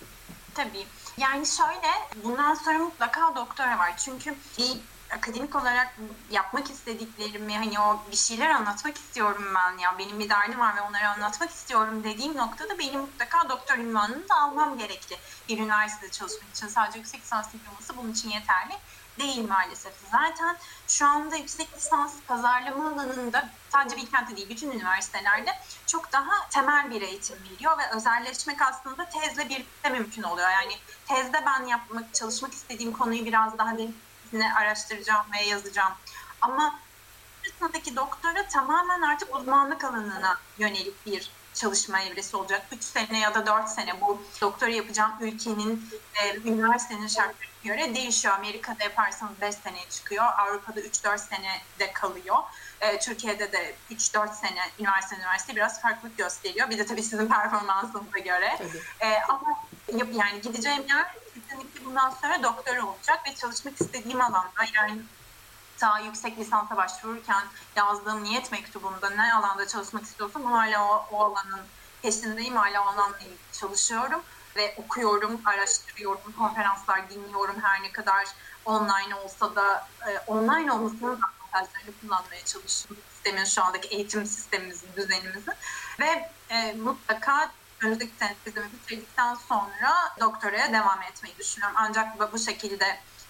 Tabii. Yani şöyle, bundan sonra mutlaka doktora var. Çünkü bir akademik olarak yapmak istediklerimi, hani o bir şeyler anlatmak istiyorum ben, ya benim bir derdim var ve onları anlatmak istiyorum dediğim noktada benim mutlaka doktor ünvanını da almam gerekli. Bir üniversitede çalışmak için sadece yüksek lisans diploması bunun için yeterli değil maalesef. Zaten şu anda yüksek lisans pazarlama alanında sadece Bilkent'te değil, bütün üniversitelerde çok daha temel bir eğitim veriyor ve özelleşmek aslında tezle birlikte mümkün oluyor. Yani tezde ben yapmak, çalışmak istediğim konuyu biraz daha derinlemesine araştıracağım ve yazacağım. Ama sonrasındaki doktora tamamen artık uzmanlık alanına yönelik bir çalışma evresi olacak. üç sene ya da dört sene bu doktora yapacağım ülkenin, e, üniversitenin şartlarına göre değişiyor. Amerika'da yaparsanız beş seneye çıkıyor. Avrupa'da üç dört senede kalıyor. E, Türkiye'de de üç dört sene üniversite üniversite biraz farklılık gösteriyor. Bir de tabii sizin performansınıza göre. E, ama yani gideceğim yer kesinlikle bundan sonra doktora olacak ve çalışmak istediğim alanda, yani daha yüksek lisansa başvururken yazdığım niyet mektubunda ne alanda çalışmak istiyorsam hala o, o alanın peşindeyim, hala o alanla ilgili çalışıyorum ve okuyorum, araştırıyorum, konferanslar dinliyorum, her ne kadar online olsa da e, online olmasının avantajlarını kullanmaya çalışıyorum sistemin, şu andaki eğitim sistemimizin, düzenimizin ve e, mutlaka önümüzdeki sene tezimi bitirdikten sonra doktoraya devam etmeyi düşünüyorum. Ancak bu şekilde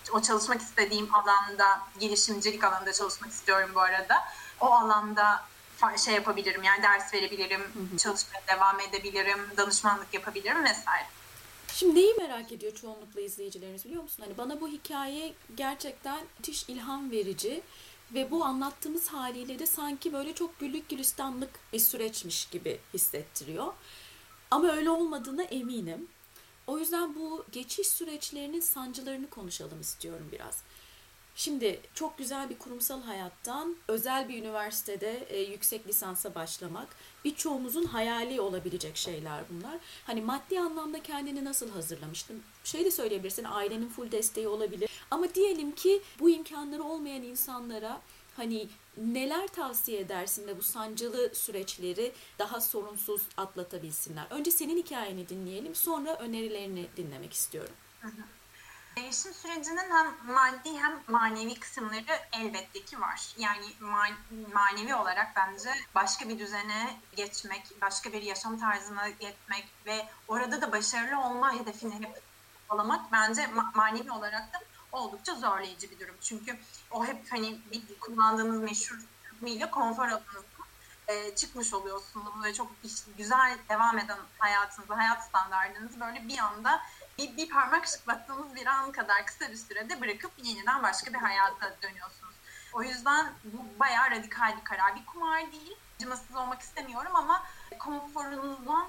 o çalışmak istediğim alanda, girişimcilik alanında çalışmak istiyorum bu arada. O alanda şey yapabilirim, yani ders verebilirim, hı hı. çalışmaya devam edebilirim, danışmanlık yapabilirim vesaire. Şimdi neyi merak ediyor çoğunlukla izleyicilerimiz biliyor musun? Hani bana bu hikaye gerçekten müthiş ilham verici ve bu anlattığımız haliyle de sanki böyle çok güllük gülistanlık bir süreçmiş gibi hissettiriyor. Ama öyle olmadığına eminim. O yüzden bu geçiş süreçlerinin sancılarını konuşalım istiyorum biraz. Şimdi çok güzel bir kurumsal hayattan özel bir üniversitede e, yüksek lisansa başlamak birçoğumuzun hayali olabilecek şeyler bunlar. Hani maddi anlamda kendini nasıl hazırlamıştın? Şey de söyleyebilirsin, ailenin full desteği olabilir. Ama diyelim ki bu imkanları olmayan insanlara hani neler tavsiye edersin de bu sancılı süreçleri daha sorunsuz atlatabilsinler? Önce senin hikayeni dinleyelim, sonra önerilerini dinlemek istiyorum. Hı hı. Değişim sürecinin hem maddi hem manevi kısımları elbette ki var. Yani manevi olarak bence başka bir düzene geçmek, başka bir yaşam tarzına geçmek ve orada da başarılı olma hedefini hep alamak bence manevi olarak da oldukça zorlayıcı bir durum. Çünkü o hep hani bir kullandığınız meşhur ile konfor alanınızdan e, çıkmış oluyorsunuz. Böyle çok güzel devam eden hayatınızı, hayat standartınızı böyle bir anda Bir, bir parmak şıklattığınız bir an kadar kısa bir sürede bırakıp yeniden başka bir hayata dönüyorsunuz. O yüzden bu bayağı radikal bir karar. Bir kumar değil, acımasız olmak istemiyorum ama konforunuzdan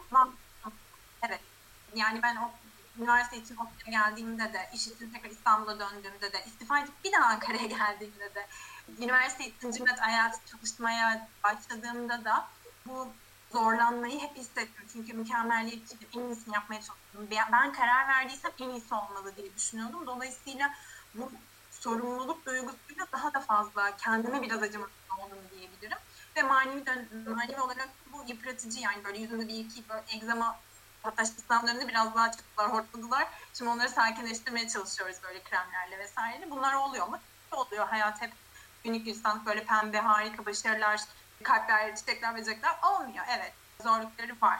evet. Yani ben o üniversite için Oktay'a geldiğimde de, iş için tekrar İstanbul'a döndüğümde de, istifa edip bir daha Ankara'ya geldiğimde de, üniversite ikinci met hayatı çalışmaya başladığımda da bu zorlanmayı hep hissettim. Çünkü mükemmelliyetçiydim. En iyisini yapmaya çalıştım. Ben karar verdiysem en iyisi olmalı diye düşünüyordum. Dolayısıyla bu sorumluluk duygusuyla daha da fazla kendime biraz acımasız oldum diyebilirim. Ve manevi, manevi olarak bu yıpratıcı, yani böyle yüzümde bir iki böyle egzama, hatta sistemlerini biraz daha çıktılar, hortladılar. Şimdi onları sakinleştirmeye çalışıyoruz böyle kremlerle vesaire. Bunlar oluyor mu? Oluyor. Hayat hep günlük gülistanlık, böyle pembe, harika, başarılar, kalpler, çiçekler, böcekler olmuyor. Evet, zorlukları var.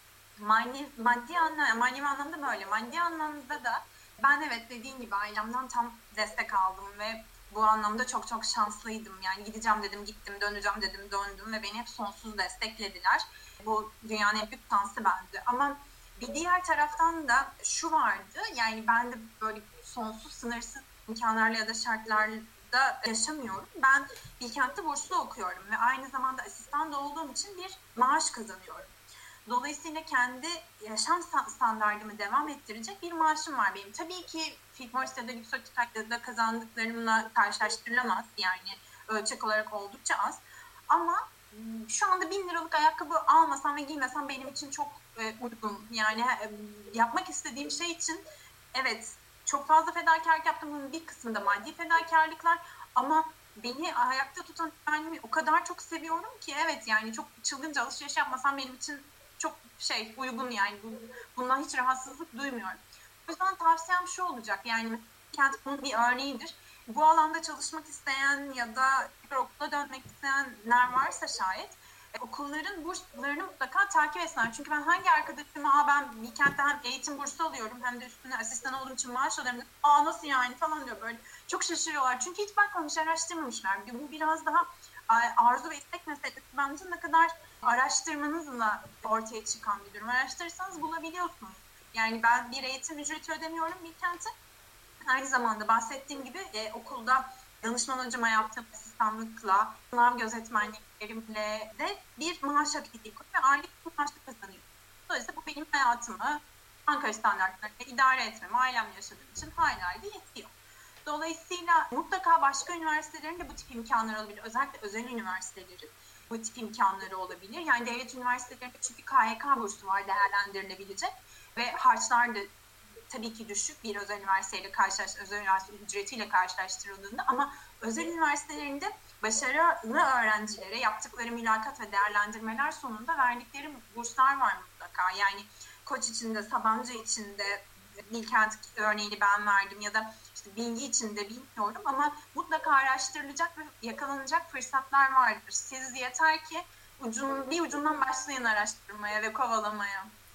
Mani, maddi anlamda, manevi anlamda böyle. Maddi anlamda da ben evet dediğim gibi ailemden tam destek aldım ve bu anlamda çok çok şanslıydım. Yani gideceğim dedim gittim, döneceğim dedim döndüm ve beni hep sonsuz desteklediler. Bu dünyanın en büyük şansı bence. Ama bir diğer taraftan da şu vardı, yani ben de böyle sonsuz, sınırsız imkanlarla ya da şartlarla yaşamıyorum. Ben Bilkent'te burslu okuyorum ve aynı zamanda asistan da olduğum için bir maaş kazanıyorum. Dolayısıyla kendi yaşam standartımı devam ettirecek bir maaşım var benim. Tabii ki Fitmors ya da Lüksotika'da kazandıklarımla karşılaştırılamaz. Yani ölçek olarak oldukça az. Ama şu anda bin liralık ayakkabı almasam ve giymesem benim için çok e, uygun. Yani e, yapmak istediğim şey için evet çok fazla fedakarlık yaptım. Bunun bir kısmında maddi fedakarlıklar ama beni ayakta tutan kendimi o kadar çok seviyorum ki evet, yani çok çılgınca alışveriş yapmasam benim için çok şey uygun, yani bundan hiç rahatsızlık duymuyorum. O yüzden tavsiyem şu olacak, yani Kent bunun bir örneğidir. Bu alanda çalışmak isteyen ya da okula dönmek isteyenler varsa şayet okulların burslarını mutlaka takip etsinler. Çünkü ben hangi arkadaşıma ben Bilkent'te hem eğitim bursu alıyorum hem de üstüne asistan olduğum için maaş alıyorum. Aa nasıl yani falan diyor, böyle çok şaşırıyorlar. Çünkü hiç bakmamış, araştırmamışlar. Bu biraz daha arzu ve istek meselesi. Bence ne kadar araştırmanızla ortaya çıkan bir durum. Araştırırsanız bulabiliyorsunuz. Yani ben bir eğitim ücreti ödemiyorum Bilkent'e. Aynı zamanda bahsettiğim gibi e, okulda danışman hocama yaptığım asistanlıkla, sınav gözetmenliklerimle de bir maaş hak ediyorum ve aylık bir maaş kazanıyorum. Dolayısıyla bu benim hayatımı Ankara standartlarıyla idare etmem, ailemle yaşadığım için hala yetiyor. Dolayısıyla mutlaka başka üniversitelerin de bu tip imkanları olabilir. Özellikle özel üniversitelerin bu tip imkanları olabilir. Yani devlet üniversitelerinde çünkü K Y K bursu var değerlendirilebilecek ve harçlar da tabii ki düşük bir özel üniversiteyle karşılaş, özel üniversite ücretiyle karşılaştırıldığında, ama özel üniversitelerinde başarılı öğrencilere yaptıkları mülakat ve değerlendirmeler sonunda verdikleri burslar var mutlaka. Yani Koç içinde, Sabancı içinde, Bilkent örneğini ben verdim ya da işte Bilgi içinde bilmiyorum ama mutlaka araştırılacak ve yakalanacak fırsatlar vardır. Siz yeter ki ucun, bir ucundan başlayın araştırmaya ve kovalamaya.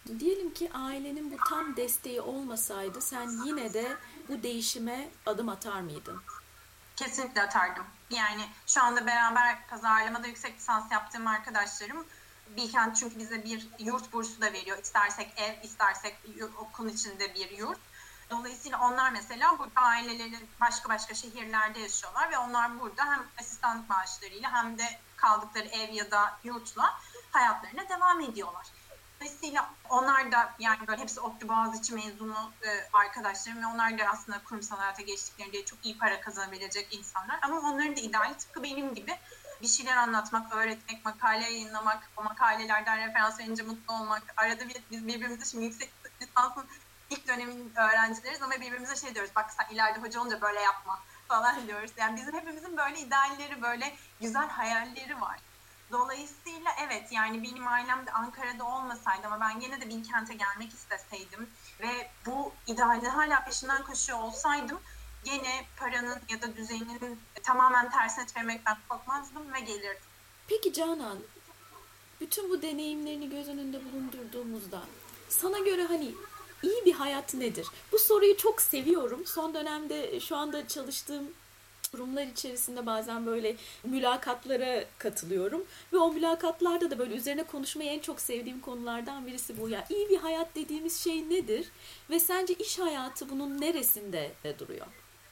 Diyelim ki ailenin bu tam desteği olmasaydı sen yine de bu değişime adım atar mıydın? Kesinlikle atardım. Yani şu anda beraber pazarlamada yüksek lisans yaptığım arkadaşlarım Bilkent çünkü bize bir yurt bursu da veriyor. İstersek ev, istersek okulun içinde bir yurt. Dolayısıyla onlar mesela burada aileleri başka başka şehirlerde yaşıyorlar ve onlar burada hem asistanlık maaşlarıyla hem de kaldıkları ev ya da yurtla hayatlarına devam ediyorlar. Dolayısıyla onlar da yani böyle hepsi ODTÜ Boğaziçi mezunu e, arkadaşlarım ve onlar da aslında kurumsal hayata geçtiklerinde çok iyi para kazanabilecek insanlar. Ama onların da ideali tıpkı benim gibi bir şeyler anlatmak, öğretmek, makale yayınlamak, o makalelerden referans verince mutlu olmak. Arada bir, biz birbirimize şimdi yüksek lisansın ilk dönemin öğrencileriz ama birbirimize şey diyoruz, bak sen ileride hoca olunca böyle yapma falan diyoruz. Yani bizim hepimizin böyle idealleri, böyle güzel hayalleri var. Dolayısıyla evet yani benim ailem de Ankara'da olmasaydı ama ben gene de Bilkent'e gelmek isteseydim ve bu idealin hala peşinden koşuyor olsaydım gene paranın ya da düzeninin tamamen tersine çevirmekten korkmazdım ve gelirdim. Peki Canan, bütün bu deneyimlerini göz önünde bulundurduğumuzda sana göre hani iyi bir hayat nedir? Bu soruyu çok seviyorum. Son dönemde şu anda çalıştığım kurumlar içerisinde bazen böyle mülakatlara katılıyorum ve o mülakatlarda da böyle üzerine konuşmayı en çok sevdiğim konulardan birisi bu. Ya iyi bir hayat dediğimiz şey nedir ve sence iş hayatı bunun neresinde duruyor?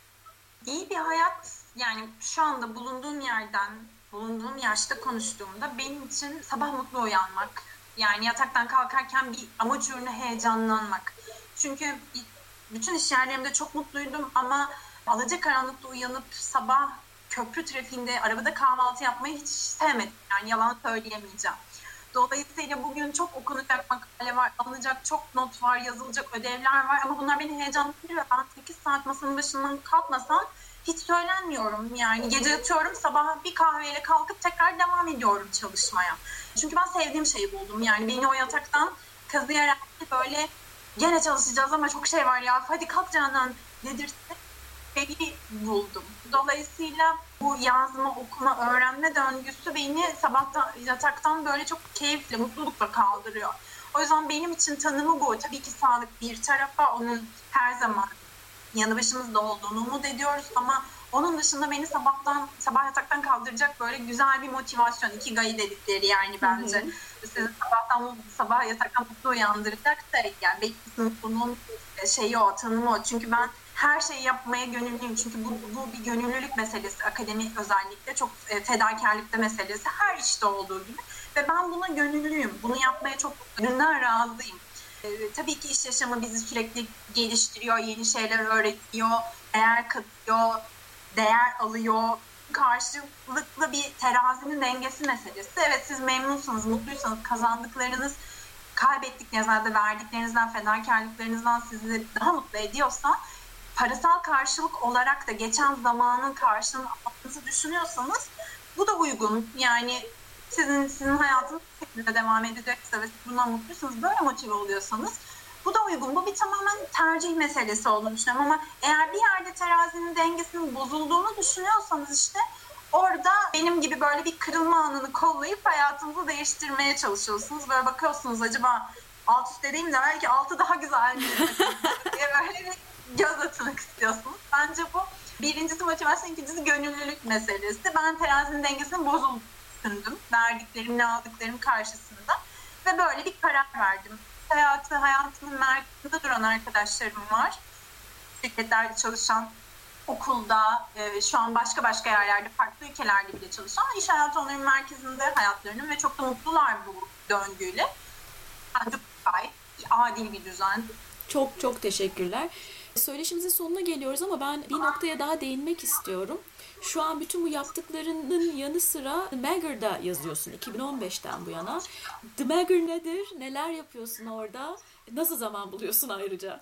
İyi bir hayat yani şu anda bulunduğum yerden, bulunduğum yaşta konuştuğumda benim için sabah mutlu uyanmak. Yani yataktan kalkarken bir amaç uğruna heyecanlanmak. Çünkü bütün iş yerlerimde çok mutluydum ama alacakaranlıkta uyanıp sabah köprü trafiğinde arabada kahvaltı yapmayı hiç sevmedim. Yani yalan söyleyemeyeceğim. Dolayısıyla bugün çok okunacak makale var, alınacak çok not var, yazılacak ödevler var ama bunlar beni heyecanlandırıyor ve ben sekiz saat masanın başından kalkmasam hiç söylenmiyorum. Yani gece yatıyorum, sabah bir kahveyle kalkıp tekrar devam ediyorum çalışmaya. Çünkü ben sevdiğim şeyi buldum. Yani beni o yataktan kazıyarak böyle gene çalışacağız ama çok şey var ya, hadi kalk Canan dedirtti. Şeyi buldum. Dolayısıyla bu yazma, okuma, öğrenme döngüsü beni sabahtan, yataktan böyle çok keyifle, mutlulukla kaldırıyor. O yüzden benim için tanımı bu. Tabii ki sağlık bir tarafa, onun her zaman yanı başımızda olduğunu umut ediyoruz ama onun dışında beni sabahtan sabah yataktan kaldıracak böyle güzel bir motivasyon, ikigai dedikleri yani bence. Hı hı. Sizi sabahtan sabah yataktan mutlu uyandıracak da yani benim bunun şeyi o, tanımı o. Çünkü ben her şeyi yapmaya gönüllüyüm. Çünkü bu, bu bir gönüllülük meselesi. Akademi özellikle çok e, fedakarlıkta meselesi. Her işte olduğu gibi. Ve ben buna gönüllüyüm. Bunu yapmaya çok gönülden razıyım. E, tabii ki iş yaşamı bizi sürekli geliştiriyor, yeni şeyler öğretiyor, değer katıyor, değer alıyor. Karşılıklı bir terazinin dengesi meselesi. Evet siz memnunsanız, mutluysanız, kazandıklarınız kaybettiklerinizden, verdiklerinizden, fedakarlıklarınızdan sizi daha mutlu ediyorsa parasal karşılık olarak da geçen zamanın karşılığını aldığınızı düşünüyorsanız bu da uygun. Yani sizin sizin hayatınız bu şekilde devam edecekse ve siz bundan mutluysanız, böyle motive oluyorsanız bu da uygun. Bu bir tamamen tercih meselesi olduğunu düşünüyorum ama eğer bir yerde terazinin dengesinin bozulduğunu düşünüyorsanız işte orada benim gibi böyle bir kırılma anını kollayıp hayatınızı değiştirmeye çalışıyorsunuz. Böyle bakıyorsunuz acaba alt üst dediğim de belki altı daha güzel diye böyle bir göz atmak istiyorsunuz. Bence bu birincisi motivasyon, ikincisi gönüllülük meselesi. Ben terazinin dengesinin bozulduğunu düşündüm. Verdiklerimle aldıklarım karşısında. Ve böyle bir karar verdim. Hayatı, hayatının merkezinde duran arkadaşlarım var. Şirketlerde çalışan, okulda, e, şu an başka başka yerlerde, farklı ülkelerde bile çalışan, iş hayatı onların merkezinde hayatlarının ve çok da mutlular bu döngüyle. Bence gayet adil bir düzen. Çok çok teşekkürler. Söyleşimizin sonuna geliyoruz ama ben bir noktaya daha değinmek istiyorum. Şu an bütün bu yaptıklarının yanı sıra The Magger'da yazıyorsun iki bin on beşten bu yana. The Magger nedir? Neler yapıyorsun orada? Nasıl zaman buluyorsun ayrıca?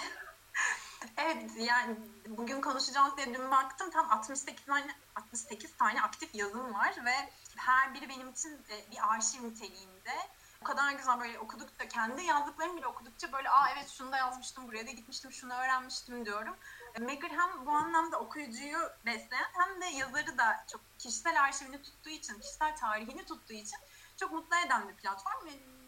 Evet yani bugün konuşacağız diye dün baktım tam altmış sekiz tane altmış sekiz tane aktif yazım var ve her biri benim için bir arşiv niteliğinde. O kadar güzel böyle okudukça, kendi yazdıklarımı bile okudukça böyle aa evet şunu da yazmıştım, buraya da gitmiştim, şunu öğrenmiştim diyorum. Magger hem bu anlamda okuyucuyu besleyen hem de yazarı da çok kişisel arşivini tuttuğu için, kişisel tarihini tuttuğu için çok mutlu eden bir platform.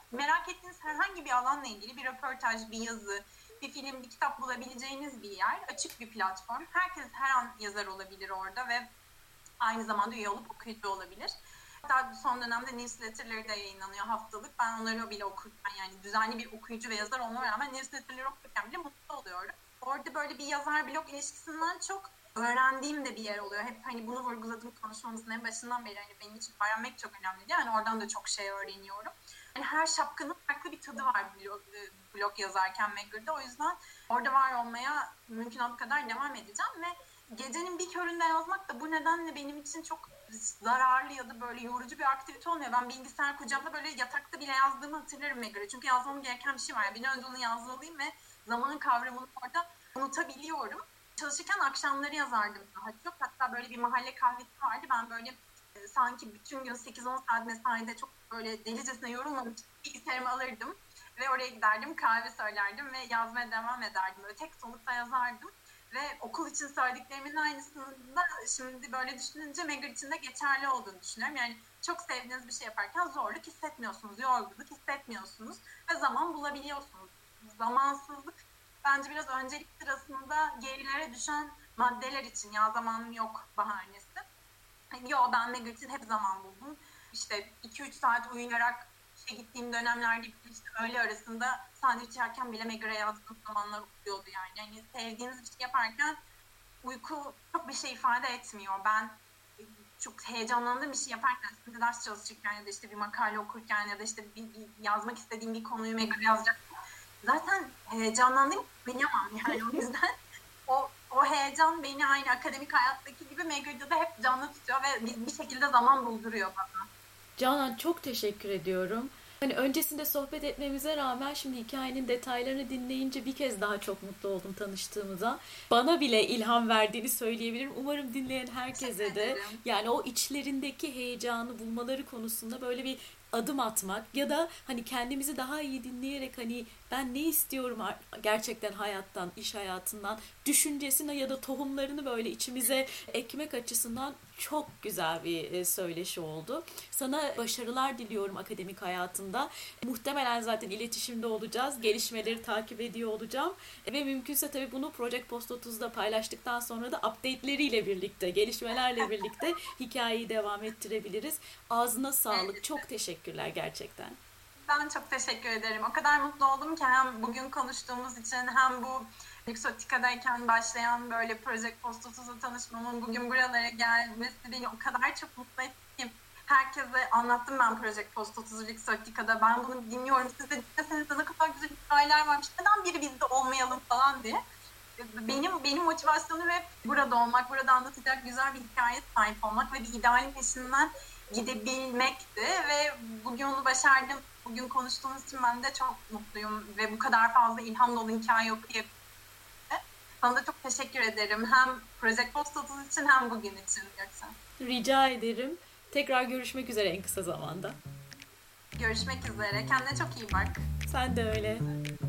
merak ettiğiniz herhangi bir alanla ilgili bir röportaj, bir yazı, bir film, bir kitap bulabileceğiniz bir yer. Açık bir platform. Herkes her an yazar olabilir orada ve aynı zamanda üye olup okuyucu olabilir. Hatta son dönemde newsletterları da yayınlanıyor haftalık. Ben onları bile okurken, yani düzenli bir okuyucu ve yazar olmama rağmen newsletterları okurken bile mutlu oluyorum. Orada böyle bir yazar blog ilişkisinden çok öğrendiğim de bir yer oluyor. Hep hani bunu vurguladım konuşmamızın en başından beri. Hani benim için öğrenmek çok önemli. Yani oradan da çok şey öğreniyorum. Yani her şapkanın farklı bir tadı var blog, blog yazarken Megger'da. O yüzden orada var olmaya mümkün olduğu kadar devam edeceğim ve gecenin bir köründe yazmak da bu nedenle benim için çok zararlı ya da böyle yorucu bir aktivite olmuyor. Ben bilgisayar kucağımda böyle yatakta bile yazdığımı hatırlarım Megger'ı. Çünkü yazmam gereken bir şey var. Bir önce onu yazmalıyım ve zamanın kavramını orada unutabiliyorum. Çalışırken akşamları yazardım daha çok. Hatta böyle bir mahalle kahvesi vardı. Ben böyle e, sanki bütün gün sekiz on saat mesaide çok böyle delicesine yorulmamış bilgisayarımı alırdım. Ve oraya giderdim, kahve söylerdim ve yazmaya devam ederdim. Böyle tek solukta yazardım. Ve okul için söylediklerimin aynısını da şimdi böyle düşününce Megger için de geçerli olduğunu düşünüyorum. Yani çok sevdiğiniz bir şey yaparken zorluk hissetmiyorsunuz, yorgunluk hissetmiyorsunuz ve zaman bulabiliyorsunuz. Zamansızlık bence biraz öncelik sırasında gerilere düşen maddeler için ya zamanım yok bahanesi. Yani yo ben Megger için hep zaman buldum. İşte iki üç saat uyuyarak işe gittiğim dönemlerde işte öğle arasında sandviç yerken bile Megger'a yazdığım zamanlar oluyordu yani. Yani sevdiğiniz bir şey yaparken uyku çok bir şey ifade etmiyor. Ben çok heyecanlandığım bir şey yaparken, şimdi ders çalışırken ya da işte bir makale okurken ya da işte bir, bir yazmak istediğim bir konuyu Megger'a yazacak. Zaten heyecanlandığım bilemem yani o yüzden o, o heyecan beni aynı akademik hayattaki gibi Megger'da da hep canlı tutuyor ve bir, bir şekilde zaman bulduruyor bana. Canan çok teşekkür ediyorum. Hani öncesinde sohbet etmemize rağmen şimdi hikayenin detaylarını dinleyince bir kez daha çok mutlu oldum tanıştığımıza. Bana bile ilham verdiğini söyleyebilirim. Umarım dinleyen herkese de yani o içlerindeki heyecanı bulmaları konusunda böyle bir adım atmak ya da hani kendimizi daha iyi dinleyerek hani ben ne istiyorum gerçekten hayattan, iş hayatından düşüncesine ya da tohumlarını böyle içimize ekmek açısından çok güzel bir söyleşi oldu. Sana başarılar diliyorum akademik hayatında. Muhtemelen zaten iletişimde olacağız. Gelişmeleri takip ediyor olacağım. Ve mümkünse tabii bunu Project Post otuzda paylaştıktan sonra da update'leriyle birlikte, gelişmelerle birlikte hikayeyi devam ettirebiliriz. Ağzına sağlık. Evet. Çok teşekkürler gerçekten. Ben çok teşekkür ederim. O kadar mutlu oldum ki hem bugün konuştuğumuz için hem bu Luxottica'dayken başlayan böyle Project Post otuzla tanışmamın bugün buralara gelmesi beni o kadar çok mutlu etti ki herkese anlattım ben Project Post otuzu Luxottica'da. Ben bunu dinliyorum. Siz de dinleseniz de ne kadar güzel hikayeler varmış. Neden biri bizde olmayalım falan diye. Benim benim motivasyonum hep burada olmak, burada anlatacak güzel bir hikaye sahip olmak ve bir idealin peşinden gidebilmekti ve bugün onu başardım. Bugün konuştuğumuz için ben de çok mutluyum ve bu kadar fazla ilham dolu hikaye okuyabildim. Sana da çok teşekkür ederim. Hem Project Post otuz için hem bugün için. Gerçekten. Rica ederim. Tekrar görüşmek üzere en kısa zamanda. Görüşmek üzere. Kendine çok iyi bak. Sen de öyle.